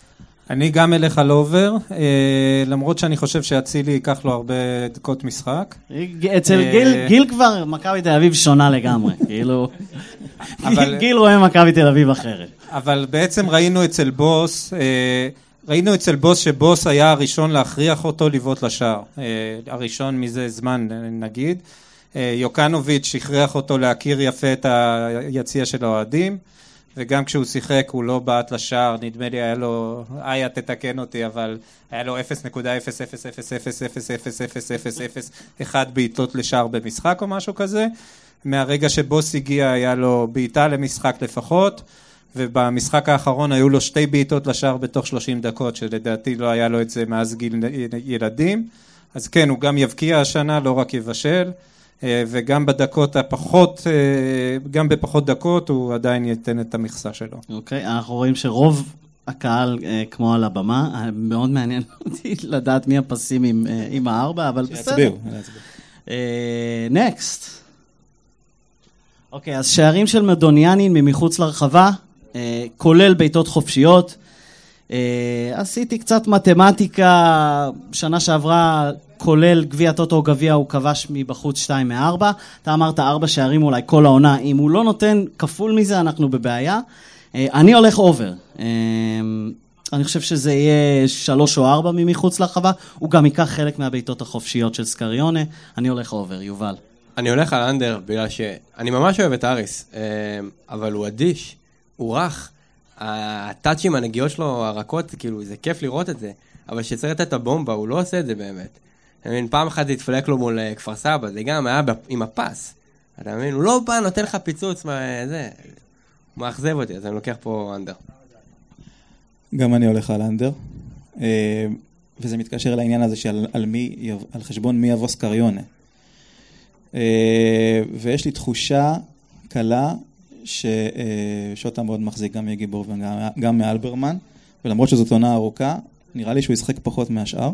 אני גם אלך על אובר, למרות שאני חושב שאצילי ייקח לו הרבה דקות משחק. אצל גיל כבר מכבי תל אביב שונה לגמרי, כאילו, גיל רואה מכבי תל אביב אחרת. אבל בעצם ראינו אצל בוס, ראינו אצל בוס שבוס היה הראשון להכריח אותו לבעוט לשער, הראשון מזה זמן נגיד. יוקנוביץ' הכריח אותו להכיר יפה את היציע של האוהדים, וגם כשהוא שיחק הוא לא בעט לשער, נדמה לי היה לו, איה תתקן אותי, אבל היה לו אפס נקודה אפס אפס אפס אפס אפס אפס אפס אפס אפס אחד בעיטות לשער במשחק או משהו כזה. מהרגע שבוס הגיע היה לו בעיטה למשחק לפחות, ובמשחק האחרון היו לו שתי בעיטות לשער בתוך שלושים דקות, שלדעתי לא היה לו את זה מאז גיל ילדים. אז כן, הוא גם יבקיע השנה, לא רק יבשל, וגם בדקות הפחות, גם בפחות דקות הוא עדיין ייתן את המכסה שלו. אוקיי, אנחנו רואים שרוב הקהל כמו על הבמה, מאוד מעניין אותי לדעת מי הפסים עם, עם הארבע, אבל בסדר. נקסט. אוקיי, אז שערים של מדוניאנין ממחוץ לרחבה, כולל בעיטות חופשיות. עשיתי קצת מתמטיקה, שנה שעברה כולל גביע טוטו או גביע הוא כבש מבחוץ שתיים מארבע, אתה אמרת ארבע שערים אולי כל העונה, אם הוא לא נותן כפול מזה אנחנו בבעיה. אני הולך אובר, אני חושב שזה יהיה שלוש או ארבע ממחוץ לרחבה, הוא גם ייקח חלק מהבעיטות החופשיות של סקריונה, אני הולך אובר, יובל. אני הולך על אנדר בגלל שאני ממש אוהב את אריס, אבל הוא אדיש, הוא רך, הטאצ'ים, הנגיעות שלו, הרכות, כאילו זה כיף לראות את זה, אבל שצריך לתת את הבומבה, הוא לא עושה את זה באמת. אני מבין, פעם אחת התפלק לו מול כפר סבא, זה גם היה עם הפס. אתה מבין, הוא לא בא, נותן לך פיצוץ, מה, זה, הוא מאכזב אותי, אז אני לוקח פה אנדר. גם אני הולך על אנדר, וזה מתקשר לעניין הזה שעל על מי, על חשבון מי יבוא סקריונה. ויש לי תחושה קלה ששוטה מאוד מחזיק גם מגיבור וגם מאלברמן, ולמרות שזאת עונה ארוכה, נראה לי שהוא ישחק פחות מהשאר.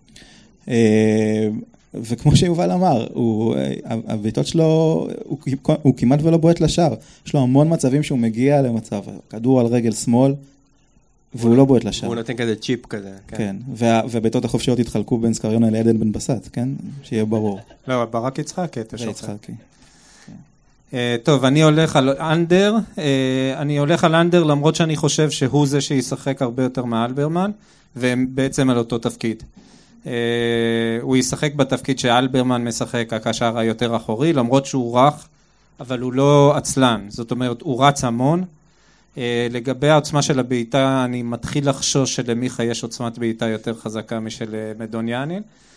וכמו שיובל אמר, הביתות שלו, הוא כמעט ולא בועט לשער. יש לו המון מצבים שהוא מגיע למצב, כדור על רגל שמאל, והוא לא בועט לשער. הוא נותן כזה צ'יפ כזה. כן, והביתות החופשיות התחלקו בין סקריונה לעדן בן בסט, כן? שיהיה ברור. לא, ברק יצחק, תשוחק. יצחקי. טוב, אני הולך על אנדר, אני הולך על אנדר למרות שאני חושב שהוא זה שישחק הרבה יותר מאלברמן, והם בעצם על אותו תפקיד. הוא ישחק בתפקיד שאלברמן משחק, הקשר היותר אחורי, למרות שהוא רך, אבל הוא לא עצלן, זאת אומרת, הוא רץ המון. לגבי העוצמה של הבעיטה, אני מתחיל לחשוש שלמיכה יש עוצמת בעיטה יותר חזקה משל מדוניאנין,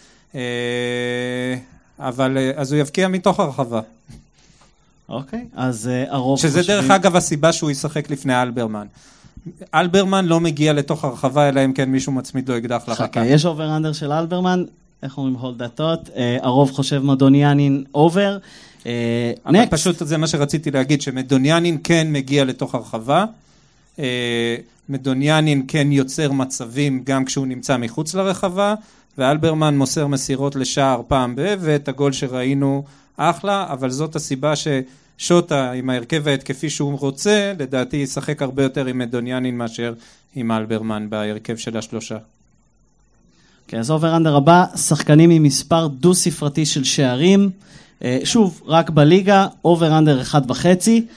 אבל אז הוא יבקיע מתוך הרחבה. אוקיי, אז הרוב שזה חושבים... דרך אגב הסיבה שהוא ישחק לפני אלברמן. אלברמן לא מגיע לתוך הרחבה, אלא אם כן מישהו מצמיד לו אקדח לרקה. יש אובר אנדר של אלברמן, איך אומרים הול דתות, הרוב חושב מדוניאנין אובר. אבל פשוט זה מה שרציתי להגיד, שמדוניאנין כן מגיע לתוך הרחבה, מדוניאנין כן יוצר מצבים גם כשהוא נמצא מחוץ לרחבה, ואלברמן מוסר מסירות לשער פעם ב, ואת הגול שראינו אחלה, אבל זאת הסיבה ששוטה עם ההרכב ההתקפי שהוא רוצה, לדעתי ישחק הרבה יותר עם מדוניאנין מאשר עם אלברמן בהרכב של השלושה. כן, אז אובר אנדר הבא, שחקנים עם מספר דו ספרתי של שערים, שוב, רק בליגה, אובר אנדר אחד וחצי,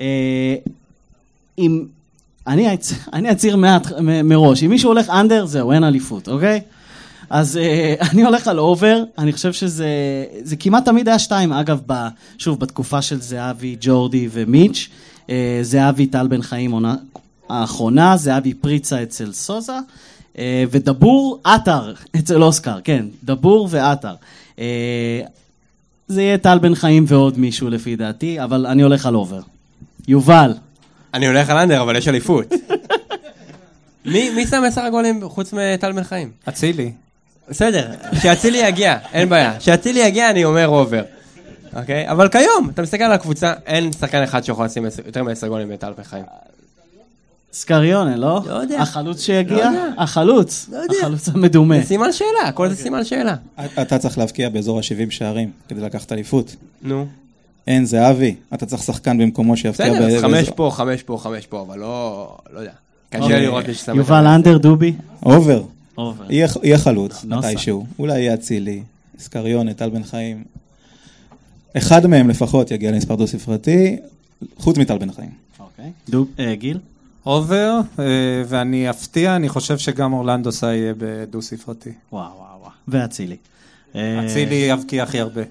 אם, אני, אני אציר מעט מראש, אם מישהו הולך אנדר, זהו, אין אליפות, אוקיי? אז uh, אני הולך על אובר, אני חושב שזה זה כמעט תמיד היה שתיים, אגב, ב, שוב, בתקופה של זהבי, ג'ורדי ומיץ', uh, זהבי טל בן חיים עונה, האחרונה, זהבי פריצה אצל סוזה, uh, ודבור אתר אצל אוסקר, כן, דבור ואתר. Uh, זה יהיה טל בן חיים ועוד מישהו לפי דעתי, אבל אני הולך על אובר. יובל. אני הולך על אנדר, אבל יש אליפות. מי, מי שם עשר הגולים חוץ מטל בן חיים? אצילי. בסדר, שאצילי יגיע, אין בעיה. שאצילי יגיע, אני אומר אובר. אוקיי? אבל כיום, אתה מסתכל על הקבוצה, אין שחקן אחד שיכול לשים יותר מעשר גולים מטל בן חיים. סקריונה, לא? לא יודע. החלוץ שיגיע? החלוץ. לא יודע. החלוץ המדומה. זה סימן שאלה, הכל זה סימן שאלה. אתה צריך להבקיע באזור ה-שבעים שערים כדי לקחת אליפות. נו. אין, זה אבי. אתה צריך שחקן במקומו שיבקיע באזור. בסדר, חמש פה, חמש פה, חמש פה, אבל לא, לא יודע. קשה לראות מי ששם... יובל אנדר, דובי? אובר. אובר. יהיה חלוץ, נוסה. מתישהו. אולי יהיה אצילי, סקריון, טל בן חיים. אחד מהם לפחות יגיע למספר דו ספרתי, חוץ מטל בן חיים. אוקיי. דוב, אה, גיל? אובר, אה, ואני אפתיע, אני חושב שגם אורלנדו סאי יהיה בדו ספרתי. וואו, וואו, וואו. ואצילי. אה, אצילי יבקיע הכי הרבה.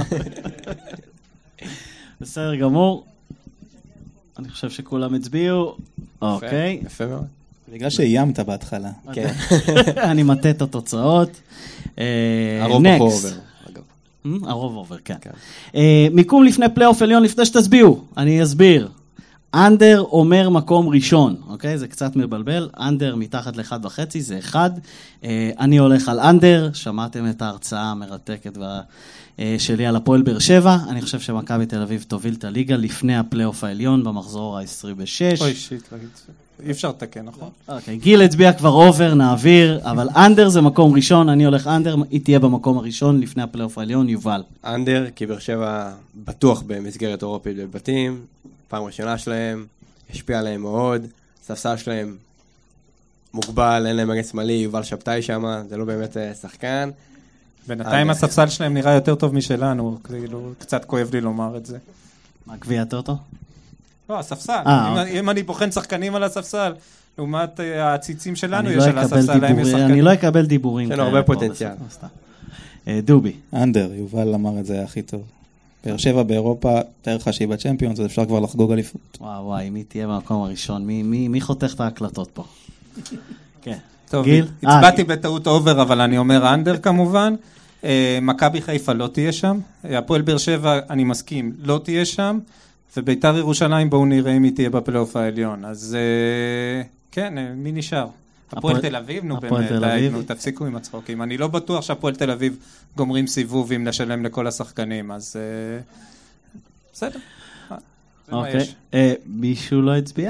בסדר גמור. אני חושב שכולם הצביעו. אוקיי. יפה מאוד. בגלל שאיימת בהתחלה. כן. אני מטה את התוצאות. הרוב פה עובר, אגב. הרוב עובר, כן. מיקום לפני פלייאוף עליון, לפני שתצביעו. אני אסביר. אנדר אומר מקום ראשון, אוקיי? זה קצת מבלבל. אנדר מתחת לאחד וחצי, זה אחד. אני הולך על אנדר. שמעתם את ההרצאה המרתקת שלי על הפועל באר שבע. אני חושב שמכבי תל אביב תוביל את הליגה לפני הפלייאוף העליון במחזור ה-עשרים ושש. אוי שיט, אי אפשר לתקן, נכון? אוקיי, גיל הצביע כבר אובר, נעביר, אבל אנדר זה מקום ראשון, אני הולך אנדר, היא תהיה במקום הראשון לפני הפלייאוף העליון, יובל. אנדר, כי באר שבע בטוח במסגרת אירופית בבתים, פעם ראשונה שלהם, השפיע עליהם מאוד, ספסל שלהם מוגבל, אין להם מגן שמאלי, יובל שבתאי שם, זה לא באמת שחקן. בינתיים הספסל שלהם נראה יותר טוב משלנו, כאילו, קצת כואב לי לומר את זה. מה, קביע יותר טוב? לא, הספסל. אם אני בוחן שחקנים על הספסל, לעומת הציצים שלנו יש על הספסל, להם יש שחקנים. אני לא אקבל דיבורים. יש לנו הרבה פוטנציאל. דובי. אנדר, יובל אמר את זה הכי טוב. באר שבע באירופה, תאר לך שהיא בצ'מפיונס, אז אפשר כבר לחגוג אליפות. וואו וואי, מי תהיה במקום הראשון? מי חותך את ההקלטות פה? כן. טוב, הצבעתי בטעות אובר, אבל אני אומר אנדר כמובן. מכבי חיפה לא תהיה שם. הפועל באר שבע, אני מסכים, לא תהיה שם. וביתר ירושלים, בואו נראה אם היא תהיה בפלייאוף העליון. אז כן, מי נשאר? הפועל תל אביב, נו באמת, נו, תפסיקו עם הצחוקים. אני לא בטוח שהפועל תל אביב גומרים סיבוב אם נשלם לכל השחקנים, אז בסדר. אוקיי. מישהו לא הצביע?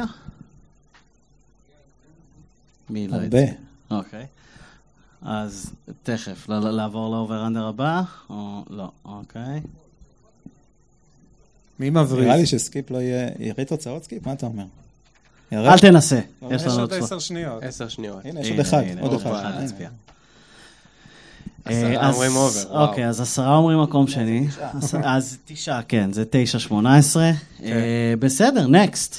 מי לא הצביע? הרבה. אוקיי. אז תכף, לעבור לאובר אנדר הבא, או לא, אוקיי. מי מבריז? נראה לי שסקיפ לא יהיה... יראה תוצאות סקיפ? מה אתה אומר? אל תנסה. יש עוד עשר שניות. עשר שניות. הנה, יש עוד אחד. עוד אחד. עשרה אומרים אובר. אוקיי, אז עשרה אומרים מקום שני. אז תשעה, כן, זה תשע שמונה עשרה. בסדר, נקסט.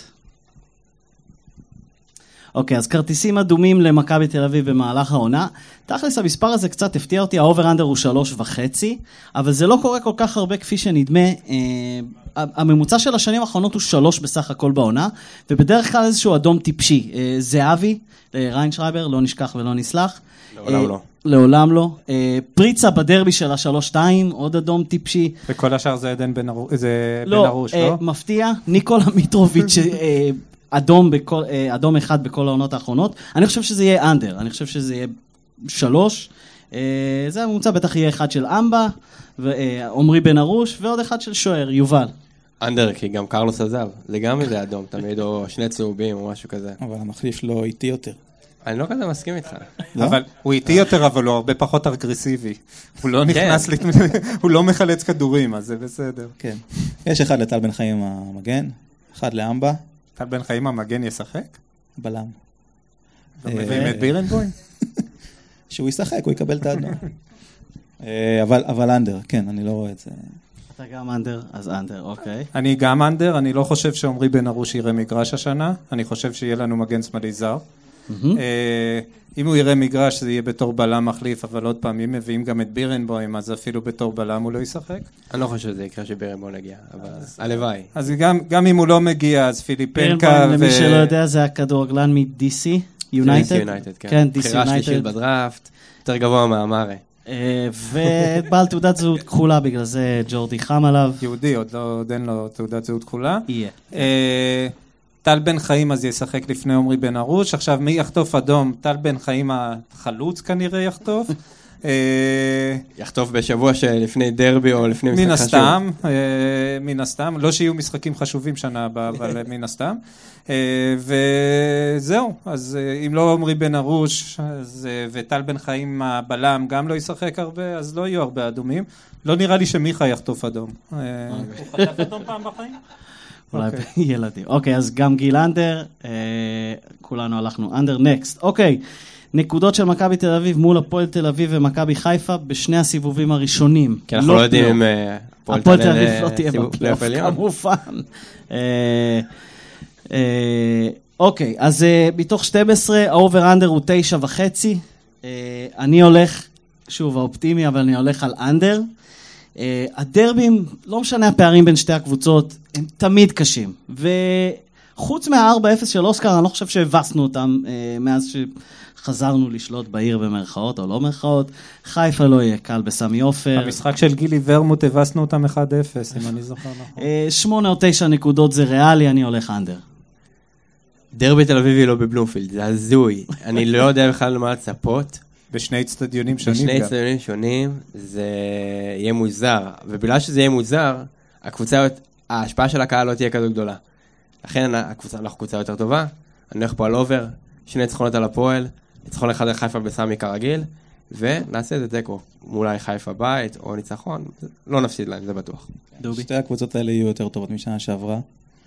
אוקיי, אז כרטיסים אדומים למכבי תל אביב במהלך העונה. תכלס, המספר הזה קצת הפתיע אותי, האובר אנדר הוא שלוש וחצי, אבל זה לא קורה כל כך הרבה כפי שנדמה. הממוצע של השנים האחרונות הוא שלוש בסך הכל בעונה, ובדרך כלל איזשהו אדום טיפשי. זהבי, ריינשרייבר, לא נשכח ולא נסלח. לעולם לא. לעולם לא. פריצה בדרבי של השלוש שתיים, עוד אדום טיפשי. וכל השאר זה עדן בן ארוש, לא? לא, מפתיע. ניקולה מיטרוביץ' אדום, בכל, אדום אחד בכל העונות האחרונות. אני חושב שזה יהיה אנדר, אני חושב שזה יהיה שלוש. זה הממוצע, בטח יהיה אחד של אמבה, עומרי בן ארוש, ועוד אחד של שוער, יובל. אנדר, כי גם קרלוס עזב. זה גם איזה אדום, תמיד, או שני צהובים, או משהו כזה. אבל המחליף לא איטי יותר. אני לא כזה מסכים איתך. אבל הוא איטי יותר, אבל הוא הרבה פחות אגרסיבי. הוא לא נכנס, הוא לא מחלץ כדורים, אז זה בסדר. כן. יש אחד לטל בן חיים המגן, אחד לאמבה. טל בן חיים המגן ישחק? בלם. ומביאים את בירנבוים? שהוא ישחק, הוא יקבל את האדום. אבל אנדר, כן, אני לא רואה את זה. אתה גם אנדר, אז אנדר, אוקיי. אני גם אנדר, אני לא חושב שעומרי בן ארוש יראה מגרש השנה, אני חושב שיהיה לנו מגן שמאלי זר. אם הוא יראה מגרש זה יהיה בתור בלם מחליף, אבל עוד פעם, אם מביאים גם את בירנבוים, אז אפילו בתור בלם הוא לא ישחק. אני לא חושב שזה יקרה שבירנבוים יגיע, אבל הלוואי. אז גם אם הוא לא מגיע, אז פיליפנקה ו... למי שלא יודע, זה הכדורגלן מ-די סי יונייטד. כן, בחירה שלישית בדראפט, יותר גבוה מהמארה. ובעל תעודת זהות כחולה, בגלל זה ג'ורדי חם עליו. יהודי, עוד אין לו תעודת זהות כחולה. יהיה. טל בן חיים אז ישחק לפני עומרי בן ארוש, עכשיו מי יחטוף אדום? טל בן חיים החלוץ כנראה יחטוף. יחטוף בשבוע שלפני דרבי או לפני משחק חשוב. מן הסתם, מן הסתם, לא שיהיו משחקים חשובים שנה הבאה, אבל מן הסתם. וזהו, אז אם לא עומרי בן ארוש וטל בן חיים הבלם גם לא ישחק הרבה, אז לא יהיו הרבה אדומים. לא נראה לי שמיכה יחטוף אדום. הוא חטף אדום פעם בחיים? אולי ילדים. אוקיי, אז גם גיל אנדר, כולנו הלכנו אנדר, נקסט. אוקיי, נקודות של מכבי תל אביב מול הפועל תל אביב ומכבי חיפה בשני הסיבובים הראשונים. כי אנחנו לא יודעים אם הפועל תל אביב לא תהיה בפלייאוף, כמובן. אוקיי, אז מתוך שתים עשרה, האובר אנדר הוא תשע וחצי. אני הולך, שוב, האופטימי, אבל אני הולך על אנדר. הדרבים, לא משנה הפערים בין שתי הקבוצות, הם תמיד קשים. וחוץ מה-ארבע אפס של אוסקר, אני לא חושב שהבסנו אותם מאז שחזרנו לשלוט בעיר במרכאות או לא מרכאות. חיפה לא יהיה קל בסמי עופר. המשחק של גילי ורמוט הבסנו אותם אחד אפס, אם אני זוכר נכון. שמונה או תשע נקודות זה ריאלי, אני הולך אנדר. דרבי תל אביבי לא בבלומפילד, זה הזוי. אני לא יודע בכלל מה לצפות. בשני צטדיונים שונים. בשני צטדיונים שונים, זה יהיה מוזר. ובגלל שזה יהיה מוזר, הקבוצה, ההשפעה של הקהל לא תהיה כזו גדולה. לכן הקבוצה, אנחנו קבוצה יותר טובה, אני הולך פה על אובר, שני ניצחונות על הפועל, ניצחון אחד על חיפה בסמי כרגיל, ונעשה את זה תיקו. אולי חיפה בית או ניצחון, לא נפסיד להם, זה בטוח. דובי. שתי הקבוצות האלה יהיו יותר טובות משנה שעברה.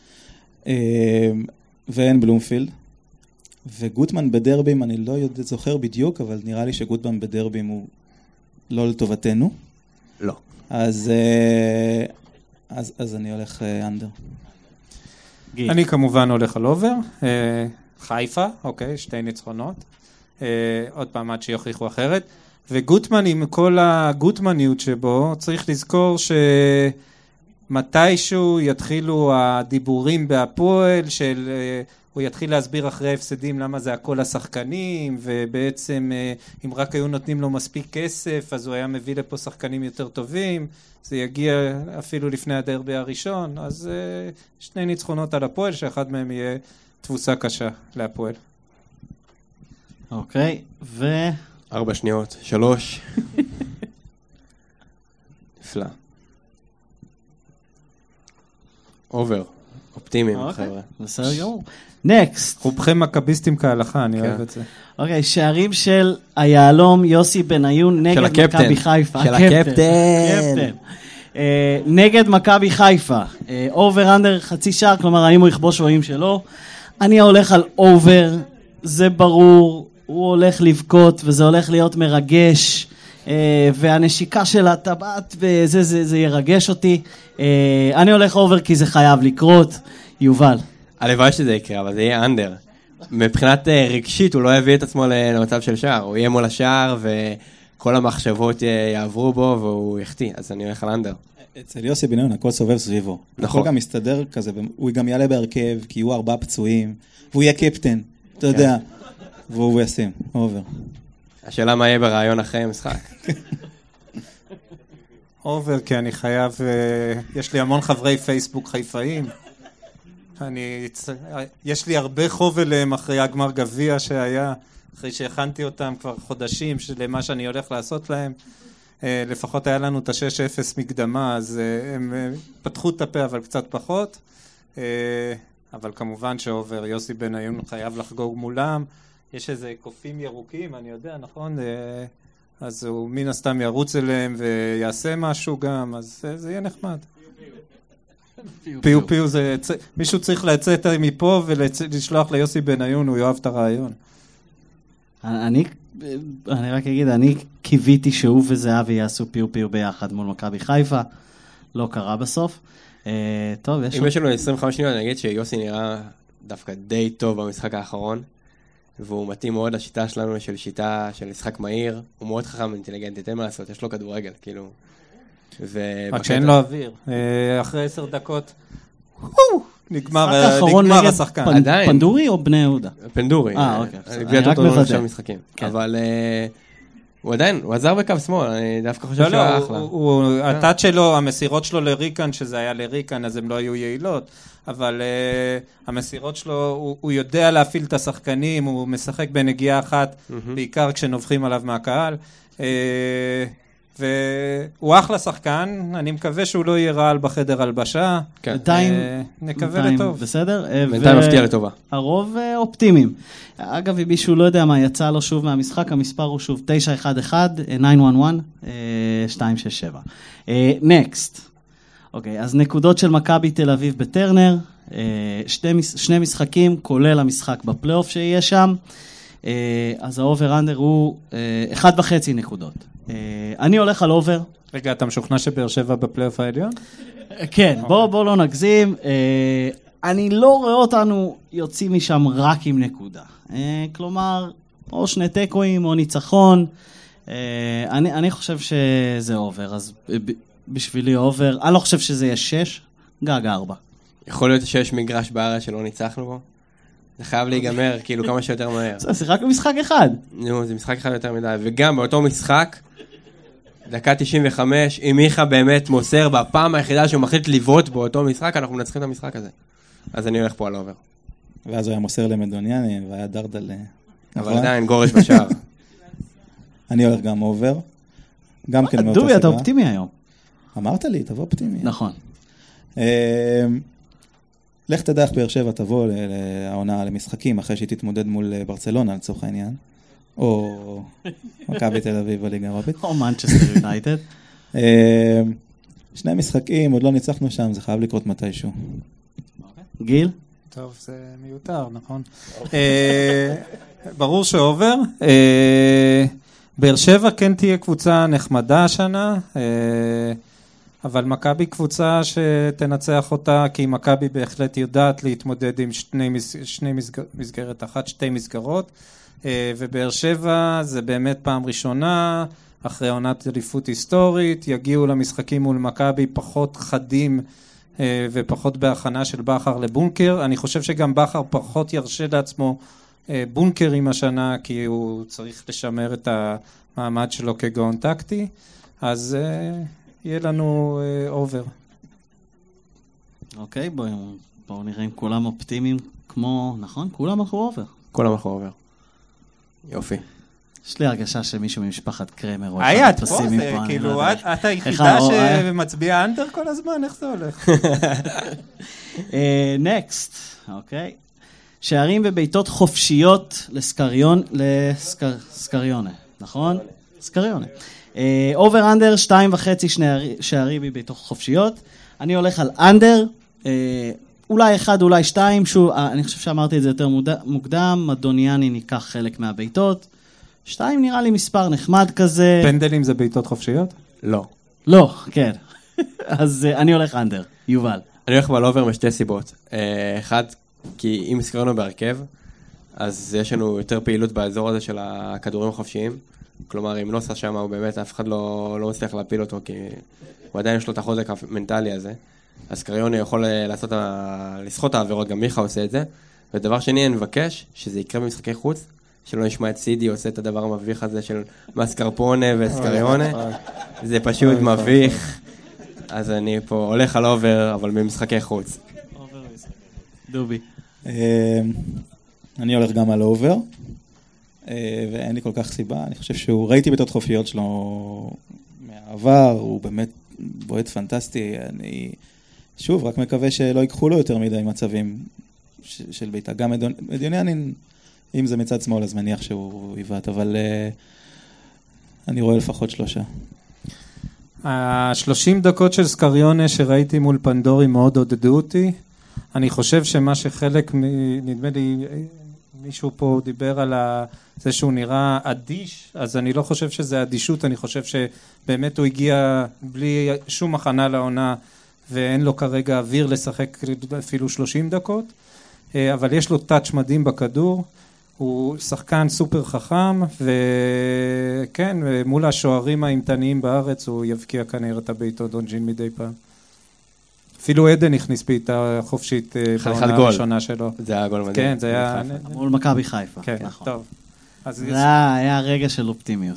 ואין בלומפילד. וגוטמן בדרבים, אני לא יודע, זוכר בדיוק, אבל נראה לי שגוטמן בדרבים הוא לא לטובתנו. לא. אז, אז, אז אני הולך אנדר. אני כמובן הולך על אובר. חיפה, אוקיי, שתי ניצחונות. עוד פעם עד שיוכיחו אחרת. וגוטמן עם כל הגוטמניות שבו, צריך לזכור שמתישהו יתחילו הדיבורים בהפועל של... הוא יתחיל להסביר אחרי הפסדים למה זה הכל השחקנים, ובעצם אם רק היו נותנים לו מספיק כסף, אז הוא היה מביא לפה שחקנים יותר טובים, זה יגיע אפילו לפני הדרבי הראשון, אז שני ניצחונות על הפועל, שאחד מהם יהיה תבוסה קשה להפועל. אוקיי, ו... ארבע שניות, שלוש. נפלא. אובר. אופטימיים, חבר'ה. בסדר גמור. נקסט. רובכם מכביסטים כהלכה, אני אוהב את זה. אוקיי, שערים של היעלום יוסי בניון נגד מכבי חיפה. של הקפטן. נגד מכבי חיפה. אובר אנדר חצי שער, כלומר, האם הוא יכבוש או האם שלא. אני הולך על אובר, זה ברור, הוא הולך לבכות וזה הולך להיות מרגש. והנשיקה של הטבעת וזה זה, זה ירגש אותי. אני הולך אובר כי זה חייב לקרות. יובל. הלוואי שזה יקרה, אבל זה יהיה אנדר. מבחינת רגשית הוא לא יביא את עצמו למצב של שער, הוא יהיה מול השער וכל המחשבות יעברו בו והוא יחטיא, אז אני הולך על אנדר. אצל יוסי בניון הכל סובב סביבו. נכון. הכל גם מסתדר כזה, הוא גם יעלה בהרכב כי יהיו ארבעה פצועים, והוא יהיה קפטן, אתה יודע, והוא ישים, אובר. השאלה מה יהיה ברעיון אחרי המשחק. אובר, כי אני חייב, יש לי המון חברי פייסבוק חיפאים, אני, יש לי הרבה חוב אליהם אחרי הגמר גביע שהיה, אחרי שהכנתי אותם כבר חודשים למה שאני הולך לעשות להם, לפחות היה לנו את ה-שש אפס מקדמה, אז הם פתחו את הפה אבל קצת פחות, אבל כמובן שאובר, יוסי בניון חייב לחגוג מולם, יש איזה קופים ירוקים, אני יודע, נכון? אז הוא מן הסתם ירוץ אליהם ויעשה משהו גם, אז זה יהיה נחמד. פיו פיו זה, מישהו צריך לצאת מפה ולשלוח ליוסי בניון, הוא יאהב את הרעיון. אני, אני רק אגיד, אני קיוויתי שהוא וזהבי יעשו פיו פיו ביחד מול מכבי חיפה, לא קרה בסוף. טוב, יש... אם יש לנו עשרים וחמש שניות, אני אגיד שיוסי נראה דווקא די טוב במשחק האחרון, והוא מתאים מאוד לשיטה שלנו של שיטה של משחק מהיר, הוא מאוד חכם ואינטליגנטי, אין מה לעשות, יש לו כדורגל, כאילו. רק שאין לו אוויר. אחרי עשר דקות, נגמר השחקן. עדיין. פנדורי או בני יהודה? פנדורי. אה, אוקיי. אני רק מוודא. משחקים. אבל הוא עדיין, הוא עזר בקו שמאל, אני דווקא חושב שהוא היה אחלה. הטאט שלו, המסירות שלו לריקן, שזה היה לריקן, אז הם לא היו יעילות, אבל המסירות שלו, הוא יודע להפעיל את השחקנים, הוא משחק בנגיעה אחת, בעיקר כשנובחים עליו מהקהל. והוא אחלה שחקן, אני מקווה שהוא לא יהיה רעל בחדר הלבשה. בינתיים, נקווה לטוב. בסדר? בינתיים מפתיע לטובה. הרוב אופטימיים. אגב, אם מישהו לא יודע מה, יצא לו שוב מהמשחק, המספר הוא שוב תשע אחת אחת תשע אחת אחת שתיים שש שבע. נקסט. אוקיי, אז נקודות של מכבי תל אביב בטרנר, שני, שני משחקים, כולל המשחק בפלייאוף שיהיה שם, אז האובר אנדר הוא אחד וחצי נקודות. אני הולך על אובר. רגע, אתה משוכנע שבאר שבע בפלייאוף העליון? כן, בוא, בוא לא נגזים. אני לא רואה אותנו יוצאים משם רק עם נקודה. כלומר, או שני טקואים או ניצחון. אני, אני חושב שזה אובר, אז בשבילי אובר, אני לא חושב שזה יהיה שש, גג ארבע. יכול להיות שיש מגרש בארץ שלא ניצחנו בו? זה חייב להיגמר, כאילו כמה שיותר מהר. זה שיחקנו משחק אחד. נו, זה משחק אחד יותר מדי. וגם באותו משחק, דקה תשעים וחמש, אם מיכה באמת מוסר בפעם היחידה שהוא מחליט לבעוט באותו משחק, אנחנו מנצחים את המשחק הזה. אז אני הולך פה על אובר. ואז הוא היה מוסר למדוניאני, והיה דרדל... אבל עדיין גורש בשער. אני הולך גם אובר. גם כן מאותה סיבה. דובי, אתה אופטימי היום. אמרת לי, תבוא אופטימי. נכון. לך תדע איך באר שבע תבוא לעונה למשחקים, אחרי שהיא תתמודד מול ברצלונה, לצורך העניין. או מכבי תל אביב בליגה האירופית. או מנצ'סטר יונייטד. שני משחקים, עוד לא ניצחנו שם, זה חייב לקרות מתישהו. גיל? טוב, זה מיותר, נכון? ברור שעובר. באר שבע כן תהיה קבוצה נחמדה השנה, אבל מכבי קבוצה שתנצח אותה, כי מכבי בהחלט יודעת להתמודד עם שני, שני מסגר, מסגרת אחת, שתי מסגרות, ובאר שבע זה באמת פעם ראשונה, אחרי עונת אליפות היסטורית, יגיעו למשחקים מול מכבי פחות חדים, ופחות בהכנה של בכר לבונקר. אני חושב שגם בכר פחות ירשה לעצמו בונקרים השנה, כי הוא צריך לשמר את המעמד שלו כגאון טקטי, אז יהיה לנו אובר. אוקיי, בואו בוא נראה אם כולם אופטימיים כמו, נכון? כולם אחו אובר. כולם אחו אובר. יופי. יש לי הרגשה שמישהו ממשפחת קרמר או היה, את פה זה, כאילו, את היחידה שמצביעה אנדר כל הזמן, איך זה הולך? נקסט, אוקיי. שערים בביתות חופשיות לסקריון, לסקריונה, נכון? סקריונה. אובר אנדר, שתיים וחצי שערים בביתות חופשיות. אני הולך על אנדר, אולי אחד, אולי שתיים, שוב, אני חושב שאמרתי את זה יותר מוקדם, מדוניאני ניקח חלק מהביתות. שתיים נראה לי מספר נחמד כזה. פנדלים זה בעיטות חופשיות? לא. לא, כן. אז אני הולך אנדר, יובל. אני הולך באובר משתי סיבות. אחד, כי אם סקרנו בהרכב, אז יש לנו יותר פעילות באזור הזה של הכדורים החופשיים. כלומר, אם נוסה שם, הוא באמת, אף אחד לא, לא מצליח להפיל אותו, כי הוא עדיין יש לו את החוזק המנטלי הזה. אז קריוני יכול לעשות, לסחוט העבירות, גם מיכה עושה את זה. ודבר שני, אני מבקש שזה יקרה במשחקי חוץ, שלא נשמע את סידי עושה את הדבר המביך הזה של מסקרפונה וסקריונה. זה פשוט מביך. אז אני פה הולך על אובר, אבל במשחקי חוץ. דובי. אני הולך גם על אובר, ואין לי כל כך סיבה. אני חושב שהוא, ראיתי בתות חופשיות שלו מהעבר, הוא באמת בועט פנטסטי. אני שוב רק מקווה שלא ייקחו לו יותר מדי מצבים של ביתה. גם מדיוניאנין, אם זה מצד שמאל, אז מניח שהוא יבט, אבל uh, אני רואה לפחות שלושה. ה-שלושים דקות של סקריונה שראיתי מול פנדורי מאוד עודדו אותי. אני חושב שמה שחלק, נדמה לי, מישהו פה דיבר על זה שהוא נראה אדיש, אז אני לא חושב שזה אדישות, אני חושב שבאמת הוא הגיע בלי שום הכנה לעונה, ואין לו כרגע אוויר לשחק אפילו שלושים דקות, אבל יש לו טאץ' מדהים בכדור, הוא שחקן סופר חכם, וכן, מול השוערים האימתניים בארץ, הוא יבקיע כנראה את הביתו דונג'ין מדי פעם. אפילו עדן הכניס בעיטה חופשית בעונה הראשונה שלו. זה היה גול מדהים. כן, זה היה... מול מכבי חיפה. כן, טוב. זה היה רגע של אופטימיות.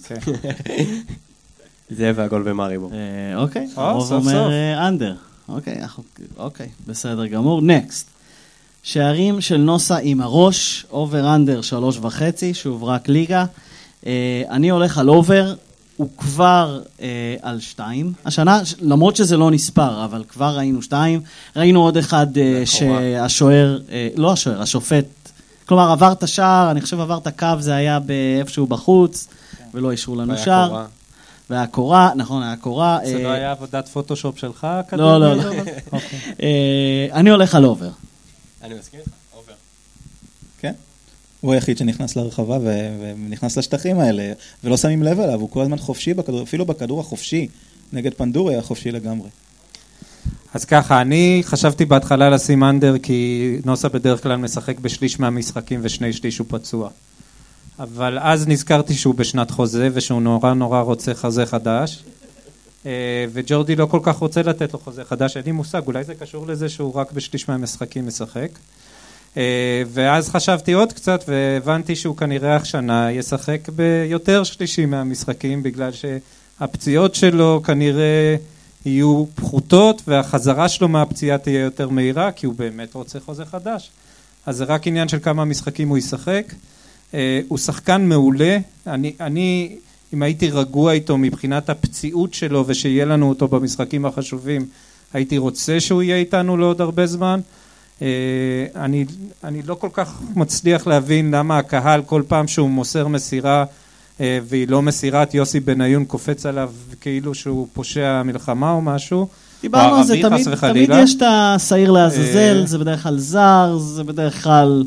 זה והגול במאריבור. אוקיי, הרוב אומר אנדר. אוקיי, בסדר גמור. נקסט. שערים של נוסה עם הראש, אובר אנדר שלוש וחצי, שוב רק ליגה. אני הולך על אובר, הוא כבר אה, על שתיים. השנה, למרות שזה לא נספר, אבל כבר ראינו שתיים. ראינו עוד אחד אה, שהשוער, אה, לא השוער, השופט, כלומר עבר את השער, אני חושב עבר את הקו, זה היה באיפשהו בחוץ, ולא אישרו לנו שער. והיה קורה, נכון, היה קורה. זה לא היה עבודת פוטושופ שלך? לא, לא, לא. אני הולך על אובר. אני מסכים איתך, אובר. כן. הוא היחיד שנכנס לרחבה ונכנס לשטחים האלה, ולא שמים לב עליו, הוא כל הזמן חופשי בכדור, אפילו בכדור החופשי, נגד פנדורי היה חופשי לגמרי. אז ככה, אני חשבתי בהתחלה לשים אנדר, כי נוסה בדרך כלל משחק בשליש מהמשחקים ושני שליש הוא פצוע. אבל אז נזכרתי שהוא בשנת חוזה, ושהוא נורא נורא רוצה חוזה חדש, וג'ורדי לא כל כך רוצה לתת לו חוזה חדש, אין לי מושג, אולי זה קשור לזה שהוא רק בשליש מהמשחקים משחק. ואז חשבתי עוד קצת, והבנתי שהוא כנראה השנה ישחק ביותר שלישים מהמשחקים, בגלל שהפציעות שלו כנראה יהיו פחותות, והחזרה שלו מהפציעה תהיה יותר מהירה, כי הוא באמת רוצה חוזה חדש. אז זה רק עניין של כמה משחקים הוא ישחק. הוא שחקן מעולה. אני, אני, אם הייתי רגוע איתו מבחינת הפציעות שלו, ושיהיה לנו אותו במשחקים החשובים, הייתי רוצה שהוא יהיה איתנו לעוד הרבה זמן. אני, אני לא כל כך מצליח להבין למה הקהל כל פעם שהוא מוסר מסירה, והיא לא מסירת, יוסי בניון קופץ עליו כאילו שהוא פושע מלחמה או משהו. דיברנו על זה, תמיד, תמיד יש את השעיר לעזאזל, זה בדרך כלל זר, זה בדרך כלל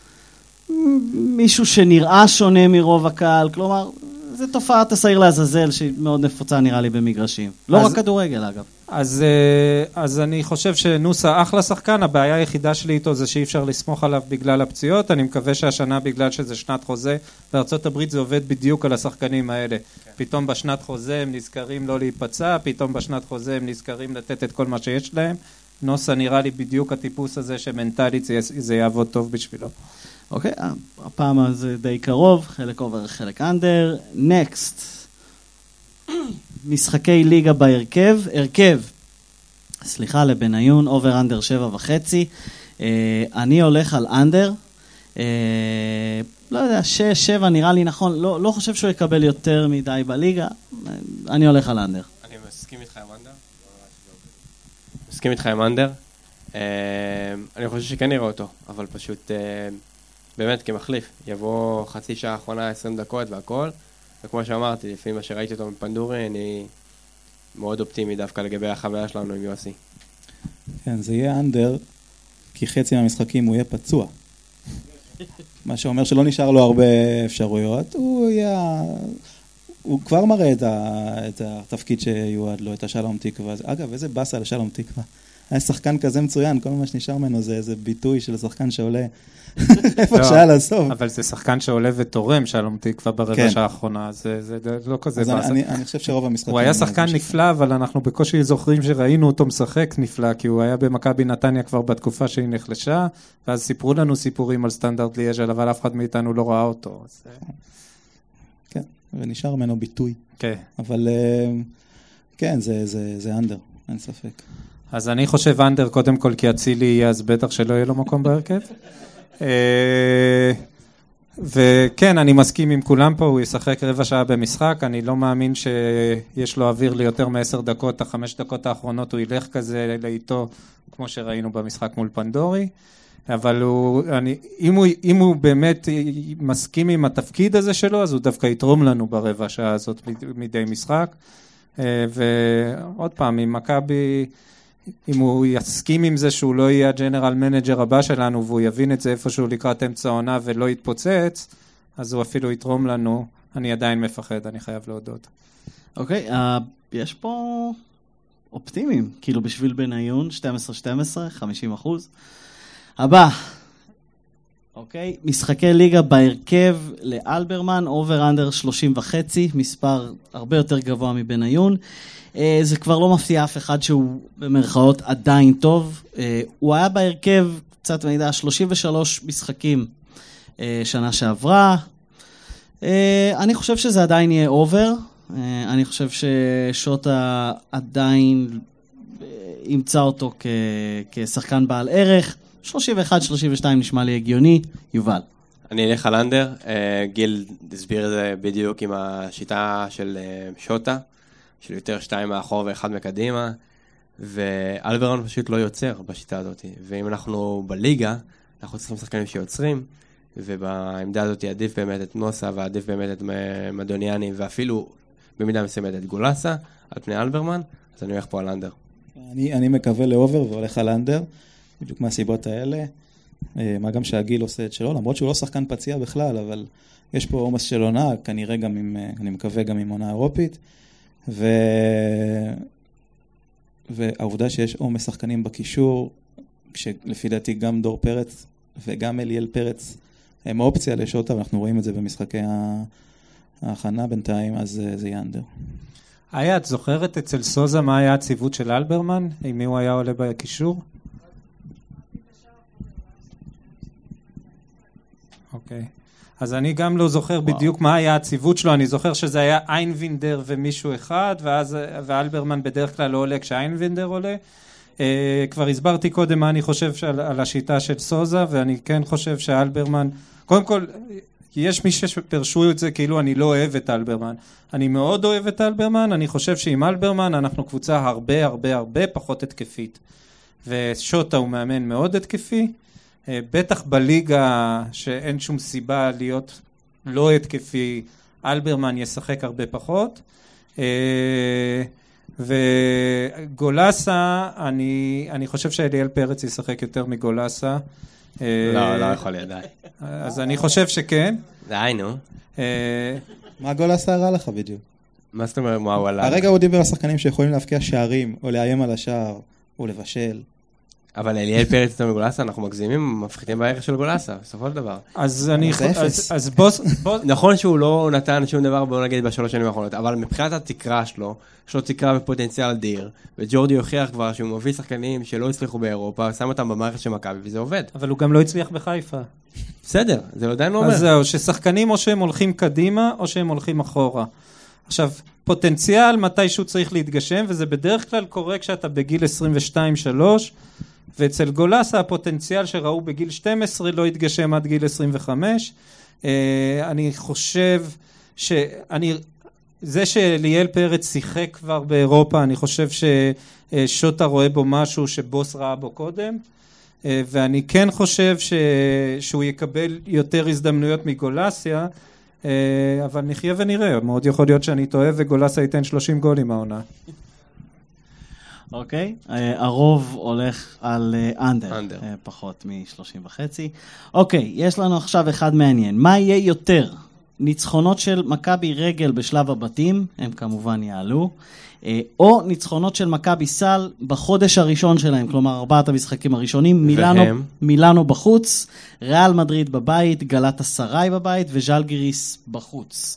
מישהו שנראה שונה מרוב הקהל, כלומר, זה תופעת השעיר לעזאזל שהיא מאוד נפוצה נראה לי במגרשים. לא רק כדורגל אגב. אז, אז אני חושב שנוסה אחלה שחקן, הבעיה היחידה שלי איתו זה שאי אפשר לסמוך עליו בגלל הפציעות, אני מקווה שהשנה בגלל שזה שנת חוזה, בארצות הברית זה עובד בדיוק על השחקנים האלה. כן. פתאום בשנת חוזה הם נזכרים לא להיפצע, פתאום בשנת חוזה הם נזכרים לתת את כל מה שיש להם. נוסה נראה לי בדיוק הטיפוס הזה שמנטלית זה, זה יעבוד טוב בשבילו. אוקיי, הפעם הזה די קרוב, חלק אובר, חלק אנדר. נקסט. משחקי ליגה בהרכב, הרכב, סליחה, לבניון, אובר אנדר שבע וחצי, אני הולך על אנדר, לא יודע, שש, שבע נראה לי נכון, לא, לא חושב שהוא יקבל יותר מדי בליגה, אני הולך על אנדר. אני מסכים איתך עם אנדר, מסכים איתך עם אנדר, אני חושב שכן נראה אותו, אבל פשוט באמת כמחליף, יבוא חצי שעה האחרונה, עשרים דקות והכל, וכמו שאמרתי, לפעמים מה שראיתי אותו מפנדורי, אני מאוד אופטימי דווקא לגבי החוויה שלנו עם יוסי. כן, זה יהיה אנדר, כי חצי מהמשחקים הוא יהיה פצוע. מה שאומר שלא נשאר לו הרבה אפשרויות, הוא יהיה... הוא כבר מראה את, ה... את התפקיד שיועד לו, את השלום תקווה. אגב, איזה בסה לשלום תקווה. היה שחקן כזה מצוין, כל מה שנשאר ממנו זה איזה ביטוי של השחקן שעולה איפה שעה לסוף. אבל זה שחקן שעולה ותורם שלום תקווה ברבע שעה האחרונה, זה לא כזה באסה. אני חושב שרוב המשחקים... הוא היה שחקן נפלא, אבל אנחנו בקושי זוכרים שראינו אותו משחק נפלא, כי הוא היה במכבי נתניה כבר בתקופה שהיא נחלשה, ואז סיפרו לנו סיפורים על סטנדרט ליאז' אבל אף אחד מאיתנו לא ראה אותו. כן, ונשאר ממנו ביטוי. כן. אבל כן, זה אנדר, אין ספק. אז אני חושב אנדר קודם כל, כי אצילי יהיה, אז בטח שלא יהיה לו מקום בהרכב. וכן, אני מסכים עם כולם פה, הוא ישחק רבע שעה במשחק, אני לא מאמין שיש לו אוויר ליותר מעשר דקות, החמש דקות האחרונות הוא ילך כזה לאיתו, כמו שראינו במשחק מול פנדורי, אבל הוא, אני, אם, הוא, אם הוא באמת מסכים עם התפקיד הזה שלו, אז הוא דווקא יתרום לנו ברבע שעה הזאת מדי משחק, ועוד פעם, עם מכבי... אם הוא יסכים עם זה שהוא לא יהיה הג'נרל מנג'ר הבא שלנו, והוא יבין את זה איפשהו לקראת אמצע העונה ולא יתפוצץ, אז הוא אפילו יתרום לנו. אני עדיין מפחד, אני חייב להודות. אוקיי, okay, uh, יש פה אופטימיים, כאילו בשביל בניון, שתים עשרה שתים עשרה, חמישים אחוז. הבא, אוקיי, okay, משחקי ליגה בהרכב לאלברמן, אובר אנדר שלושים וחצי, מספר הרבה יותר גבוה מבניון. זה כבר לא מפתיע אף אחד שהוא במרכאות עדיין טוב. הוא היה בהרכב, קצת מידע, שלושים ושלושה משחקים שנה שעברה. אני חושב שזה עדיין יהיה אובר. אני חושב ששוטה עדיין ימצא אותו כ- כשחקן בעל ערך. שלושים ואחת שלושים ושתיים נשמע לי הגיוני. יובל. אני אלך על אנדר. גיל הסביר את זה בדיוק עם השיטה של שוטה. של יותר שתיים מאחור ואחד מקדימה, ואלברון פשוט לא יוצר בשיטה הזאת. ואם אנחנו בליגה, אנחנו צריכים שחקנים שיוצרים, ובעמדה הזאת עדיף באמת את נוסה, ועדיף באמת את מדוניאני, ואפילו במידה מסוימת את גולסה, על פני אלברמן, אז אני הולך פה על אנדר. אני, אני מקווה לאובר והולך על אנדר, בדיוק מהסיבות האלה. מה גם שהגיל עושה את שלו, למרות שהוא לא שחקן פציע בכלל, אבל יש פה עומס של עונה, כנראה גם עם, אני מקווה גם עם עונה אירופית, ו... והעובדה שיש עומס שחקנים בקישור, כשלפי דעתי גם דור פרץ וגם אליאל פרץ הם אופציה לשוטה, ואנחנו רואים את זה במשחקי ההכנה בינתיים, אז זה יהיה אנדר. היה, את זוכרת אצל סוזה מה היה הציוות של אלברמן? עם מי הוא היה עולה בקישור? אוקיי. אז אני גם לא זוכר בדיוק מה היה הציוות שלו, אני זוכר שזה היה איינבינדר ומישהו אחד, ואז, ואלברמן בדרך כלל לא עולה כשאיינבינדר עולה. אה, כבר הסברתי קודם מה אני חושב על, על השיטה של סוזה, ואני כן חושב שאלברמן, קודם כל, יש מי שפרשו את זה כאילו אני לא אוהב את אלברמן. אני מאוד אוהב את אלברמן, אני חושב שעם אלברמן אנחנו קבוצה הרבה הרבה הרבה פחות התקפית. ושוטה הוא מאמן מאוד התקפי, בטח בליגה שאין שום סיבה להיות לא התקפי, אלברמן ישחק הרבה פחות. וגולסה, אני, אני חושב שאליאל פרץ ישחק יותר מגולסה. לא, לא יכול להיות, די. אז אני חושב שכן. די, נו. מה גולסה הראה לך בדיוק? מה זאת אומרת, מה הוא עלה? הרגע הוא דיבר על שחקנים שיכולים להפקיע שערים, או לאיים על השער, או לבשל. אבל אליאל פרץ יותר מגולסה, אנחנו מגזימים, מפחיתים בערך של גולסה, בסופו של דבר. אז אני... אז בוס... נכון שהוא לא נתן שום דבר, בואו נגיד, בשלוש שנים האחרונות, אבל מבחינת התקרה שלו, יש לו תקרה בפוטנציאל אדיר, וג'ורדי הוכיח כבר שהוא מביא שחקנים שלא הצליחו באירופה, שם אותם במערכת של מכבי, וזה עובד. אבל הוא גם לא הצליח בחיפה. בסדר, זה עדיין לא אומר. אז זהו, ששחקנים או שהם הולכים קדימה, או שהם הולכים אחורה. עכשיו, פוטנציאל מתישהו צריך להתגשם, וזה בדרך כלל קורה כשאתה בגיל עשרים ושתיים שלוש, ואצל גולסה הפוטנציאל שראו בגיל שתים עשרה לא התגשם עד גיל עשרים וחמש. אני חושב שאני, זה שאליאל פרץ שיחק כבר באירופה, אני חושב ששוטה רואה בו משהו שבוס ראה בו קודם, ואני כן חושב ש... שהוא יקבל יותר הזדמנויות מגולסיה, אבל נחיה ונראה, מאוד יכול להיות שאני טועה וגולסה ייתן שלושים גולים העונה. אוקיי, הרוב הולך על אנדר, פחות מ-שלושים וחצי. אוקיי, יש לנו עכשיו אחד מעניין. מה יהיה יותר? ניצחונות של מכבי רגל בשלב הבתים, הם כמובן יעלו, או ניצחונות של מכבי סל בחודש הראשון שלהם, כלומר ארבעת המשחקים הראשונים, מילאנו, מילאנו בחוץ, ריאל מדריד בבית, גלאטה סראי בבית וז'לגיריס בחוץ.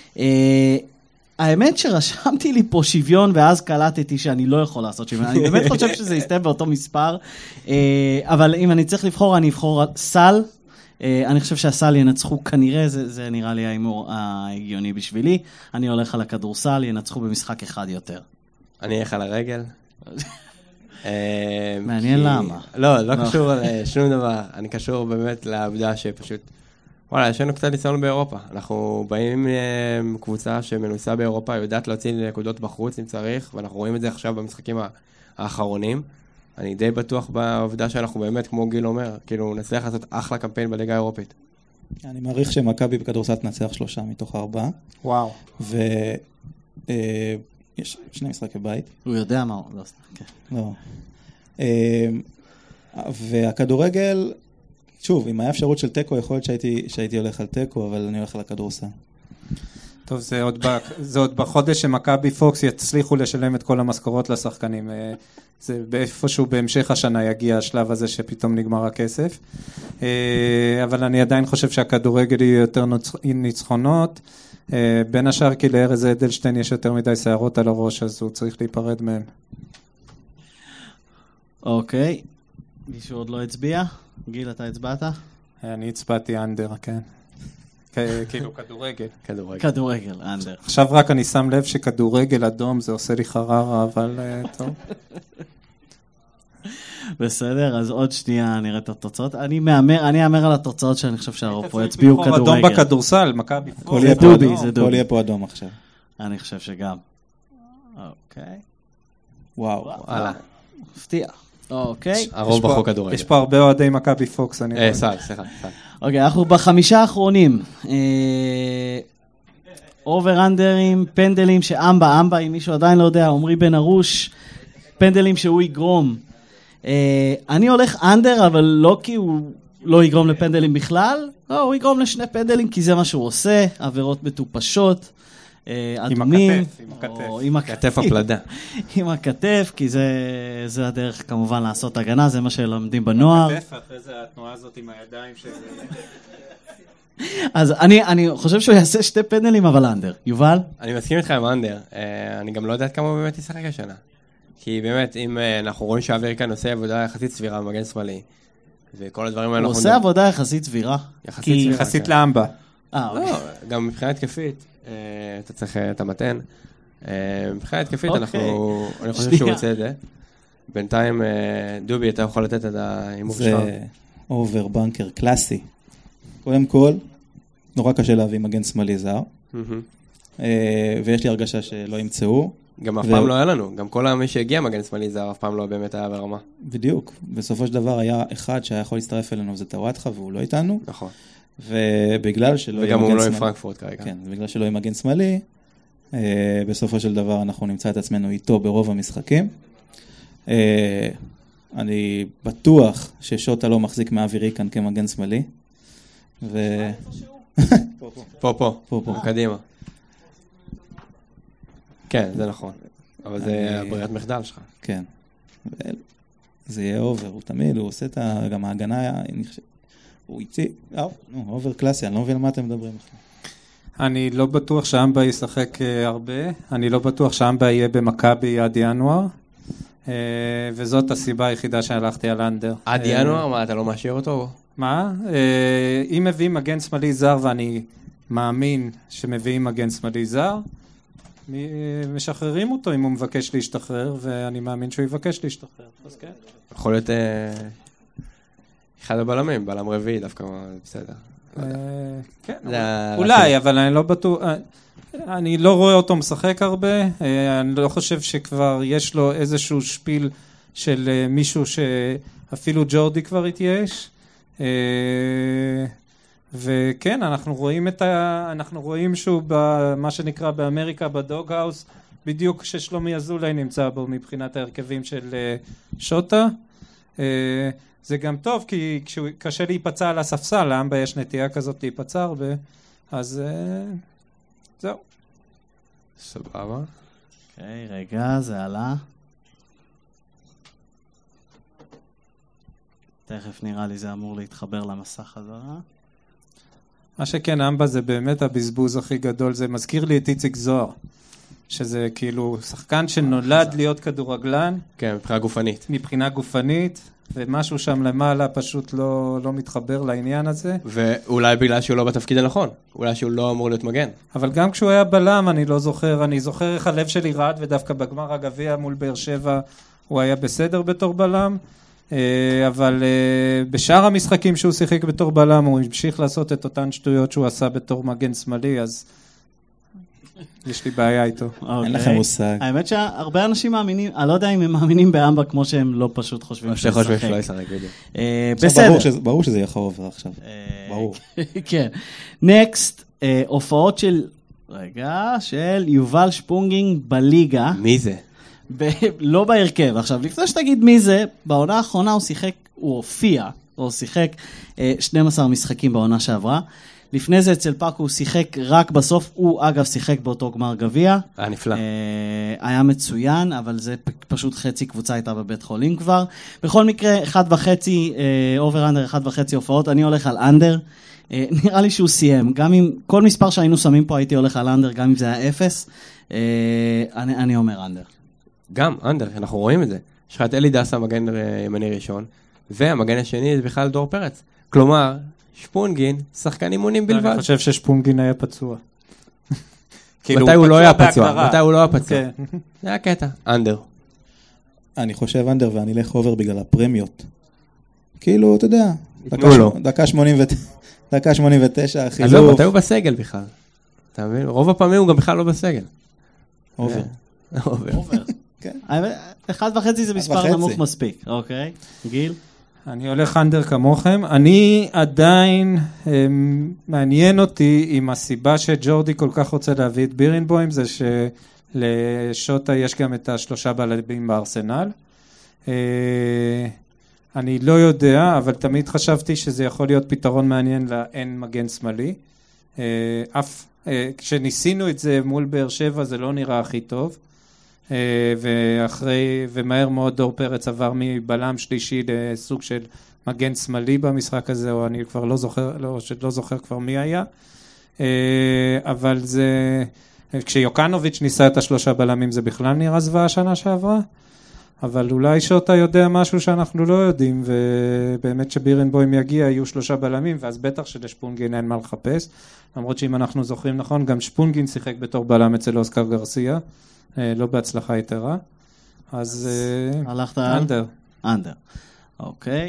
האמת שרשמתי לי פה שוויון, ואז קלטתי שאני לא יכול לעשות שוויון. אני באמת חושב שזה יסתיים באותו מספר, אבל אם אני צריך לבחור, אני אבחור סל. אני חושב שהסל ינצחו כנראה, זה, זה נראה לי האימור ההגיוני בשבילי. אני הולך על הכדורסל, ינצחו במשחק אחד יותר. אני אלך על הרגל. מעניין למה. לא, לא קשור לשום דבר. אני קשור באמת לעבודה שפשוט... וואלה, יש לנו קצת ניסיון באירופה. אנחנו באים עם קבוצה שמנוסה באירופה, יודעת להוציא נקודות בחוץ אם צריך, ואנחנו רואים את זה עכשיו במשחקים האחרונים. אני די בטוח בעובדה שאנחנו באמת, כמו גיל אומר, כאילו נצליח לעשות אחלה קמפיין בליגה האירופית. אני מעריך שמכבי בכדורסל תנצח שלושה מתוך ארבעה. וואו. ויש שני משחקי בית. הוא יודע מה הוא, לא סתם, לא. והכדורגל... שוב, אם היה אפשרות של טקו, יכול להיות שהייתי, שהייתי הולך על טקו, אבל אני הולך על הכדורסל. טוב, זה עוד, ב, זה עוד בחודש שמכבי פוקס יצליחו לשלם את כל המשכורות לשחקנים. זה באיפשהו בהמשך השנה יגיע השלב הזה שפתאום נגמר הכסף. אבל אני עדיין חושב שהכדורגל יהיו יותר ניצחונות. בין השאר כי לארז אדלשטיין יש יותר מדי שערות על הראש, אז הוא צריך להיפרד מהם. אוקיי. מישהו עוד לא הצביע? גיל, אתה הצבעת? אני הצבעתי אנדר, כן. כאילו כדורגל. כדורגל, אנדר. עכשיו רק אני שם לב שכדורגל אדום זה עושה לי חררה, אבל טוב. בסדר, אז עוד שנייה נראה את התוצאות. אני מאמר, אני אאמר על התוצאות שאני חושב שהרוב פה הצביעו כדורגל. אדום בכדורסל, מכבי פוקס. זה דובי, זה דובי. כל יהיה פה אדום עכשיו. אני חושב שגם. אוקיי. וואו. וואלה. מפתיע. אוקיי. הרוב בחוק כדורגל. יש פה הרבה אוהדי מכבי פוקס, אני אה, סל, סליחה, סל. אוקיי, אנחנו בחמישה האחרונים. אובר אנדרים, פנדלים שאמבה, אמבה, אם מישהו עדיין לא יודע, עומרי בן ארוש, פנדלים שהוא יגרום. אני הולך אנדר, אבל לא כי הוא לא יגרום לפנדלים בכלל, לא, הוא יגרום לשני פנדלים, כי זה מה שהוא עושה, עבירות מטופשות, אדומים. עם הכתף, עם הכתף. עם כתף הפלדה. עם הכתף, כי זה, זה הדרך כמובן לעשות הגנה, זה מה שלומדים בנוער. הכתף, אחרי זה התנועה הזאת עם הידיים שזה... אז אני, אני חושב שהוא יעשה שתי פנדלים, אבל אנדר. יובל? אני מסכים איתך עם אנדר. אני גם לא יודעת כמה הוא באמת ישחק השנה. כי באמת, אם אנחנו רואים שאוויר כאן עושה עבודה יחסית סבירה במגן שמאלי, וכל הדברים האלה... הוא עושה עבודה יחסית סבירה. יחסית לאמבה. לא, גם מבחינה התקפית, אתה צריך את המתן. מבחינה התקפית, אנחנו... אני חושב שהוא רוצה את זה. בינתיים, דובי, אתה יכול לתת את ההימור שלך. זה אובר בנקר קלאסי. קודם כל, נורא קשה להביא מגן שמאלי זר, ויש לי הרגשה שלא ימצאו. גם אף פעם לא היה לנו, גם כל מי שהגיע מגן שמאלי זר, אף פעם לא באמת היה ברמה. בדיוק, בסופו של דבר היה אחד שהיה יכול להצטרף אלינו, זה טוואטחה, והוא לא איתנו. נכון. ובגלל שלא יהיה מגן שמאלי. וגם הוא לא עם פרנקפורט כרגע. כן, בגלל שלא יהיה מגן שמאלי, בסופו של דבר אנחנו נמצא את עצמנו איתו ברוב המשחקים. אני בטוח ששוטה לא מחזיק מאווירי כאן כמגן שמאלי. ו... פה, פה. פה, פה, פה. קדימה. כן, זה נכון. אבל זה הברירת מחדל שלך. כן. זה יהיה אובר, הוא תמיד, הוא עושה את ה... גם ההגנה, הוא איתי, נו, אובר קלאסי, אני לא מבין על מה אתם מדברים. אני לא בטוח שאמבה ישחק הרבה, אני לא בטוח שאמבה יהיה במכבי עד ינואר, וזאת הסיבה היחידה שהלכתי על אנדר. עד ינואר? מה, אתה לא מאשר אותו? מה? אם מביאים מגן שמאלי זר, ואני מאמין שמביאים מגן שמאלי זר, משחררים אותו אם הוא מבקש להשתחרר, ואני מאמין שהוא יבקש להשתחרר. אז כן. יכול להיות אחד הבלמים, בלם רביעי דווקא, בסדר. כן, אולי, אבל אני לא בטוח, אני לא רואה אותו משחק הרבה, אני לא חושב שכבר יש לו איזשהו שפיל של מישהו שאפילו ג'ורדי כבר התייאש, וכן, אנחנו רואים את ה... אנחנו רואים שהוא במה שנקרא באמריקה בדוג-האוס, בדיוק ששלומי אזולאי נמצא בו מבחינת ההרכבים של שוטה. זה גם טוב, כי קשה להיפצע על הספסל, לאמבה יש נטייה כזאת להיפצע הרבה, אז זהו. סבבה. אוקיי, רגע, זה עלה. תכף נראה לי זה אמור להתחבר למסך חזרה. מה שכן, אמבה זה באמת הבזבוז הכי גדול, זה מזכיר לי את איציק זוהר, שזה כאילו שחקן שנולד להיות כדורגלן. כן, מבחינה גופנית. מבחינה גופנית, ומשהו שם למעלה פשוט לא, לא מתחבר לעניין הזה. ואולי בגלל שהוא לא בתפקיד הנכון, אולי שהוא לא אמור להיות מגן. אבל גם כשהוא היה בלם, אני לא זוכר, אני זוכר איך הלב שלי רעד, ודווקא בגמר הגביע מול באר שבע, הוא היה בסדר בתור בלם. אבל בשאר המשחקים שהוא שיחק בתור בלם, הוא המשיך לעשות את אותן שטויות שהוא עשה בתור מגן שמאלי, אז יש לי בעיה איתו. אין לכם מושג. האמת שהרבה אנשים מאמינים, אני לא יודע אם הם מאמינים באמבה כמו שהם לא פשוט חושבים שהוא ישחק. שלא ישחק, בסדר. ברור שזה יהיה חובר עכשיו. ברור. כן. נקסט, הופעות של, רגע, של יובל שפונגינג בליגה. מי זה? לא בהרכב. עכשיו, לפני שתגיד מי זה, בעונה האחרונה הוא שיחק, הוא הופיע, הוא שיחק שנים עשר משחקים בעונה שעברה. לפני זה אצל פאקו הוא שיחק רק בסוף, הוא אגב שיחק באותו גמר גביע. היה נפלא. היה מצוין, אבל זה פשוט חצי קבוצה הייתה בבית חולים כבר. בכל מקרה, אחד וחצי, אובר אנדר, אחד וחצי הופעות, אני הולך על אנדר. נראה לי שהוא סיים. גם אם, כל מספר שהיינו שמים פה הייתי הולך על אנדר, גם אם זה היה אפס. אני, אני אומר אנדר. גם, אנדר, אנחנו רואים את זה. יש לך את אלי דסה, מגן ימני ראשון, והמגן השני זה בכלל דור פרץ. כלומר, שפונגין, שחקן אימונים בלבד. אני חושב ששפונגין היה פצוע. מתי הוא לא היה פצוע? מתי הוא לא היה פצוע? זה היה קטע. אנדר. אני חושב אנדר ואני אלך אובר בגלל הפרמיות. כאילו, אתה יודע, דקה שמונים ותשע, חילוף. אז לא, מתי הוא בסגל בכלל? אתה מבין? רוב הפעמים הוא גם בכלל לא בסגל. אובר. אובר. כן. אחד וחצי זה מספר נמוך מספיק, אוקיי? גיל? אני הולך אנדר כמוכם. אני עדיין, מעניין אותי עם הסיבה שג'ורדי כל כך רוצה להביא את בירנבוים, זה שלשוטה יש גם את השלושה בלמים בארסנל. אני לא יודע, אבל תמיד חשבתי שזה יכול להיות פתרון מעניין לאין מגן שמאלי. אף, כשניסינו את זה מול באר שבע זה לא נראה הכי טוב. ואחרי, ומהר מאוד דור פרץ עבר מבלם שלישי לסוג של מגן שמאלי במשחק הזה, או אני כבר לא זוכר, לא, לא זוכר כבר מי היה. אבל זה, כשיוקנוביץ' ניסה את השלושה בלמים זה בכלל נראה זוועה השנה שעברה. אבל אולי שוטה יודע משהו שאנחנו לא יודעים, ובאמת שבירנבוים יגיע, יהיו שלושה בלמים, ואז בטח שלשפונגין אין מה לחפש. למרות שאם אנחנו זוכרים נכון, גם שפונגין שיחק בתור בלם אצל אוסקר גרסיה, לא בהצלחה יתרה. אז הלכת אנדר. אנדר. אוקיי.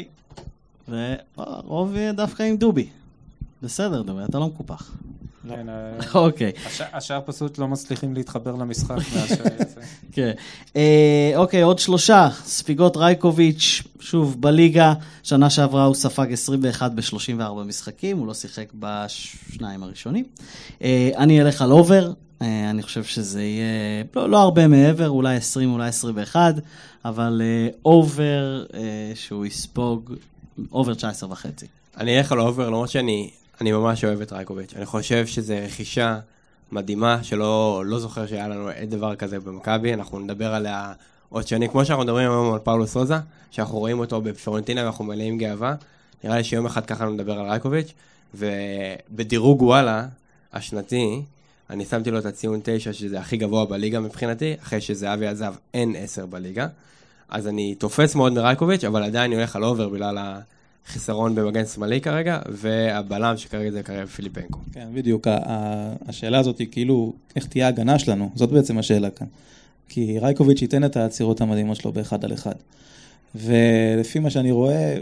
ורוב דווקא עם דובי. בסדר דובי, אתה לא מקופח. אוקיי. השאר פשוט לא מצליחים להתחבר למשחק. כן. אוקיי, עוד שלושה. ספיגות רייקוביץ', שוב בליגה, שנה שעברה הוא ספג עשרים ואחת ב-שלושים וארבע משחקים, הוא לא שיחק בשניים הראשונים. אני אלך על אובר, אני חושב שזה יהיה לא, לא הרבה מעבר, אולי עשרים, אולי עשרים ואחת, אבל אובר שהוא יספוג, אובר תשע עשרה וחצי. אני אלך על אובר, למרות שאני אני ממש אוהב את רייקוביץ'. אני חושב שזו רכישה מדהימה, שלא לא זוכר שהיה לנו אין דבר כזה במכבי. אנחנו נדבר עליה עוד שנים, כמו שאנחנו מדברים היום על פאולו סוזה, שאנחנו רואים אותו בפלורנטינה ואנחנו מלאים גאווה. נראה לי שיום אחד ככה נדבר על רייקוביץ', ובדירוג וואלה השנתי, אני שמתי לו את הציון תשע, שזה הכי גבוה בליגה מבחינתי, אחרי שזהבי עזב אין עשר בליגה. אז אני תופס מאוד מרייקוביץ', אבל עדיין אני הולך על אובר בגלל החיסרון במגן שמאלי כרגע, והבלם שכרגע זה כרגע פיליפנקו. כן, בדיוק. השאלה הזאת היא כאילו, איך תהיה ההגנה שלנו? זאת בעצם השאלה כאן. כי רייקוביץ' ייתן את העצירות המדהימות שלו באחד על אחד. ולפי מה שאני רואה,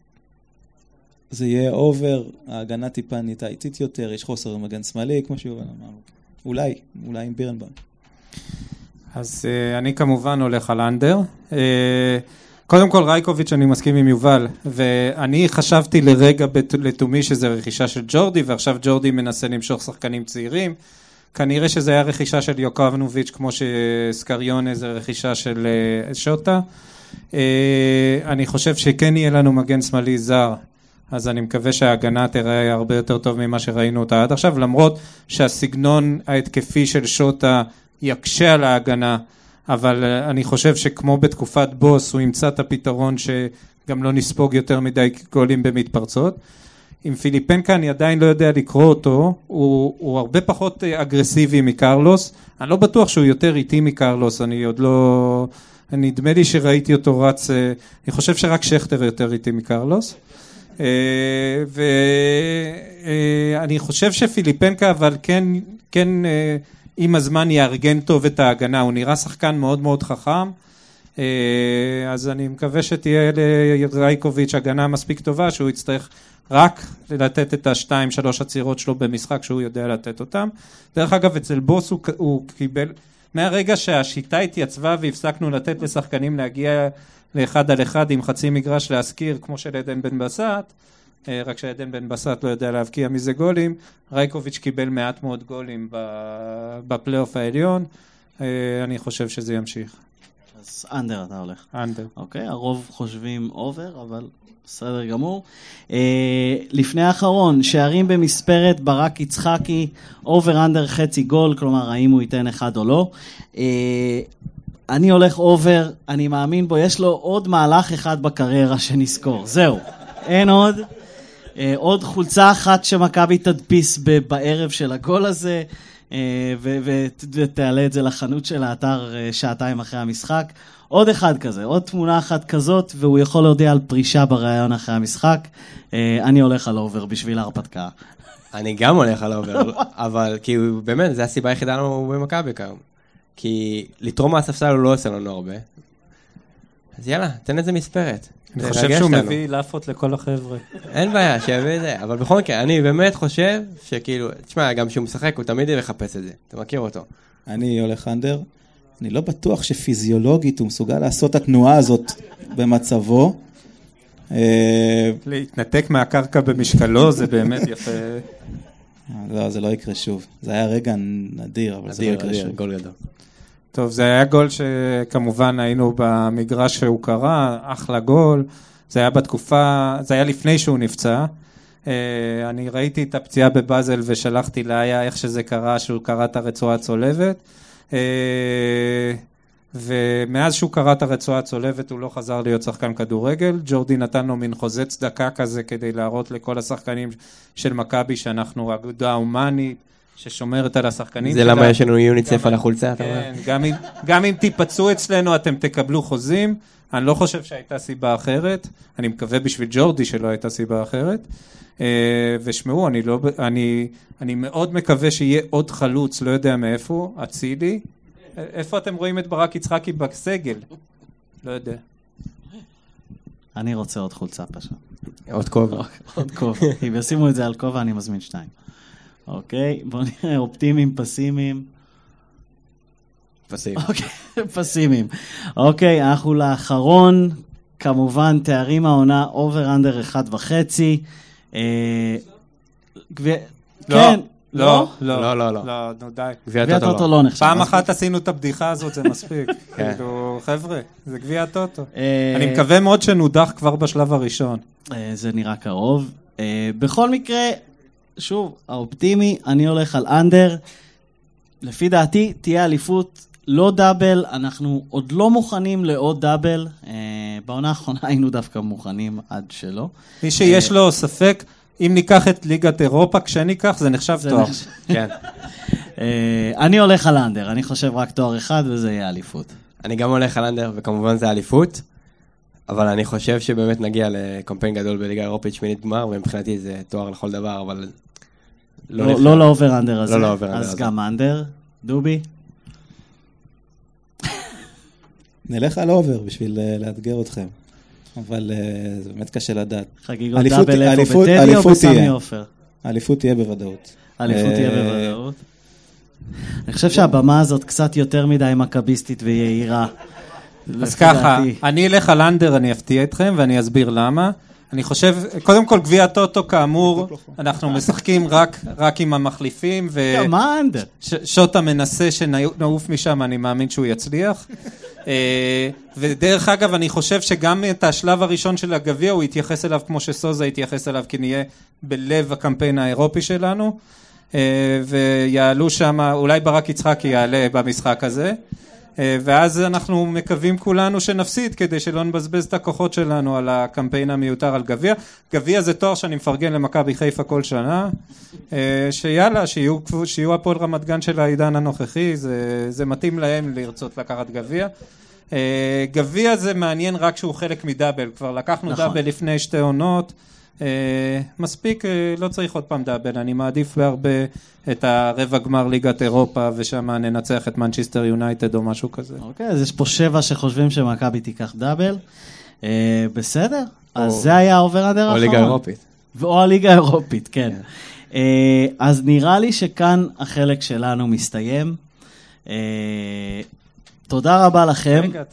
זה יהיה אובר, ההגנה טיפה ניתה איטית יותר, יש חוסר במגן שמאלי, כמו שיובל אמר. אולי, אולי עם בירנבוים. אז uh, אני כמובן הולך על אנדר. Uh, קודם כל רייקוביץ' אני מסכים עם יובל, ואני חשבתי לרגע לתומי שזה רכישה של ג'ורדי, ועכשיו ג'ורדי מנסה למשוך שחקנים צעירים. כנראה שזה היה רכישה של יוקובנוביץ', כמו שסקריונה זה רכישה של uh, שוטה. Uh, אני חושב שכן יהיה לנו מגן שמאלי זר, אז אני מקווה שההגנה תראה הרבה יותר טוב ממה שראינו אותה עד עכשיו, למרות שהסגנון ההתקפי של שוטה יקשה על ההגנה, אבל אני חושב שכמו בתקופת בוס הוא ימצא את הפתרון שגם לא נספוג יותר מדי גולים במתפרצות. עם פיליפנקה אני עדיין לא יודע לקרוא אותו, הוא, הוא הרבה פחות אגרסיבי מקרלוס, אני לא בטוח שהוא יותר איטי מקרלוס, אני עוד לא, נדמה לי שראיתי אותו רץ, אני חושב שרק שכטר יותר איטי מקרלוס, ואני חושב שפיליפנקה אבל כן, כן עם הזמן יארגן טוב את ההגנה, הוא נראה שחקן מאוד מאוד חכם, אז אני מקווה שתהיה לרייקוביץ' הגנה מספיק טובה, שהוא יצטרך רק לתת את השתיים שלוש עצירות שלו במשחק שהוא יודע לתת אותם. דרך אגב אצל בוס הוא, הוא קיבל, מהרגע שהשיטה התייצבה והפסקנו לתת לשחקנים להגיע לאחד על אחד עם חצי מגרש להזכיר, כמו של עדן בן בסט, רק שעדן בן בסט לא יודע להבקיע מזה גולים, רייקוביץ' קיבל מעט מאוד גולים בפלייאוף העליון, אני חושב שזה ימשיך. אז אנדר אתה הולך. אנדר. אוקיי, הרוב חושבים אובר, אבל בסדר גמור. לפני האחרון, שערים במספרת ברק יצחקי, אובר אנדר חצי גול, כלומר האם הוא ייתן אחד או לא. אני הולך אובר, אני מאמין בו, יש לו עוד מהלך אחד בקריירה שנזכור, זהו, אין עוד. עוד חולצה אחת שמכבי תדפיס בערב של הגול הזה, ותעלה את זה לחנות של האתר שעתיים אחרי המשחק. עוד אחד כזה, עוד תמונה אחת כזאת, והוא יכול להודיע על פרישה בראיון אחרי המשחק. אני הולך על אובר בשביל ההרפתקה. אני גם הולך על אובר, אבל כי באמת, זה הסיבה היחידה לנו במכבי כיום. כי לתרום מהספסל הוא לא עושה לנו הרבה. אז יאללה, תן את זה מספרת. אני חושב שהוא מביא לאפות לכל החבר'ה. אין בעיה, שיביא את זה. אבל בכל מקרה, אני באמת חושב שכאילו, תשמע, גם שהוא משחק, הוא תמיד יחפש את זה. אתה מכיר אותו. אני הולך אנדר. אני לא בטוח שפיזיולוגית הוא מסוגל לעשות את התנועה הזאת במצבו, להתנתק מהקרקע במשקלו, זה באמת יפה. לא, זה לא יקרה שוב. זה היה רגע נדיר, אבל זה לא יקרה שוב. גול גדול. טוב, זה היה גול שכמובן היינו במגרש שהוא קרא, אחלה גול. זה היה בתקופה, זה היה לפני שהוא נפצע. אני ראיתי את הפציעה בבאזל ושלחתי לאיה איך שזה קרה, שהוא קרא את הרצועה הצולבת. ומאז שהוא קרא את הרצועה הצולבת הוא לא חזר להיות שחקן כדורגל. ג'ורדי נתן לו מין חוזה צדקה כזה כדי להראות לכל השחקנים של מכבי שאנחנו אגודה הומנית ששומרת על השחקנים. זה למה יש לנו יוניצף על החולצה? כן, גם אם תיפצעו אצלנו אתם תקבלו חוזים. אני לא חושב שהייתה סיבה אחרת. אני מקווה בשביל ג'ורדי שלא הייתה סיבה אחרת. ושמעו, אני לא, אני, אני מאוד מקווה שיהיה עוד חלוץ, לא יודע מאיפה, אצילי. איפה אתם רואים את ברק יצחקי בסגל? לא יודע. אני רוצה עוד חולצה פשוט. עוד כובע. עוד כובע. אם ישימו את זה על כובע, אני מזמין שתיים. אוקיי, בואו נראה, אופטימיים, פסימיים. פסימיים. אוקיי, פסימיים. אוקיי, אנחנו לאחרון, כמובן, תארים העונה, אובר אנדר אחד וחצי. כן. לא, לא, לא, לא, לא, נו די. גביע טוטו לא נחשב. פעם אחת עשינו את הבדיחה הזאת, זה מספיק. כאילו, חבר'ה, זה גביע טוטו. אני מקווה מאוד שנודח כבר בשלב הראשון. זה נראה קרוב. בכל מקרה, שוב, האופטימי, אני הולך על אנדר. לפי דעתי, תהיה אליפות, לא דאבל, אנחנו עוד לא מוכנים לעוד דאבל. בעונה האחרונה היינו דווקא מוכנים עד שלא. מי שיש לו ספק, אם ניקח את ליגת אירופה, כשניקח, זה נחשב תואר. כן. אני הולך על אנדר, אני חושב רק תואר אחד וזה יהיה אליפות. אני גם הולך על אנדר, וכמובן זה אליפות, אבל אני חושב שבאמת נגיע לקמפיין גדול בליגה האירופית שמינית גמר, ומבחינתי זה תואר לכל דבר, אבל לא לאובר אנדר הזה. לא לאובר אנדר הזה. אז גם אנדר, דובי. נלך על אובר בשביל לאתגר אתכם. אבל זה באמת קשה לדעת. חגיגות דאבל איפה בטדי או בסמי עופר? האליפות תהיה בוודאות. האליפות תהיה בוודאות. אני חושב שהבמה הזאת קצת יותר מדי מקביסטית ויעירה. אז ככה, אני אלך על אנדר, אני אפתיע אתכם ואני אסביר למה. אני חושב, קודם כל גביע טוטו כאמור, אנחנו משחקים רק, רק עם המחליפים. מה אנדר? שוטה מנסה שנעוף משם, אני מאמין שהוא יצליח. ודרך אגב, אני חושב שגם את השלב הראשון של הגביע, הוא יתייחס אליו כמו שסוזה יתייחס אליו, כי נהיה בלב הקמפיין האירופי שלנו. ויעלו שם, אולי ברק יצחקי יעלה במשחק הזה. ואז אנחנו מקווים כולנו שנפסיד, כדי שלא נבזבז את הכוחות שלנו על הקמפיין המיותר על גביע. גביע זה תואר שאני מפרגן למכבי חיפה כל שנה, שיאללה, שיהיו, שיהיו הפועל רמת גן של העידן הנוכחי, זה, זה מתאים להם לרצות לקחת גביע. גביע זה מעניין רק שהוא חלק מדאבל, כבר לקחנו נכון. דאבל לפני שתי עונות, מספיק, לא צריך עוד פעם דאבל, אני מעדיף בהרבה את הרבע גמר ליגת אירופה, ושם ננצח את מנצ'סטר יונייטד או משהו כזה. אוקיי, אז יש פה שבע שחושבים שמכבי תיקח דאבל. בסדר, אז זה היה עובר אנדר האחרון. או ליגה אירופית. או הליגה האירופית, כן. אז נראה לי שכאן החלק שלנו מסתיים. תודה רבה לכם.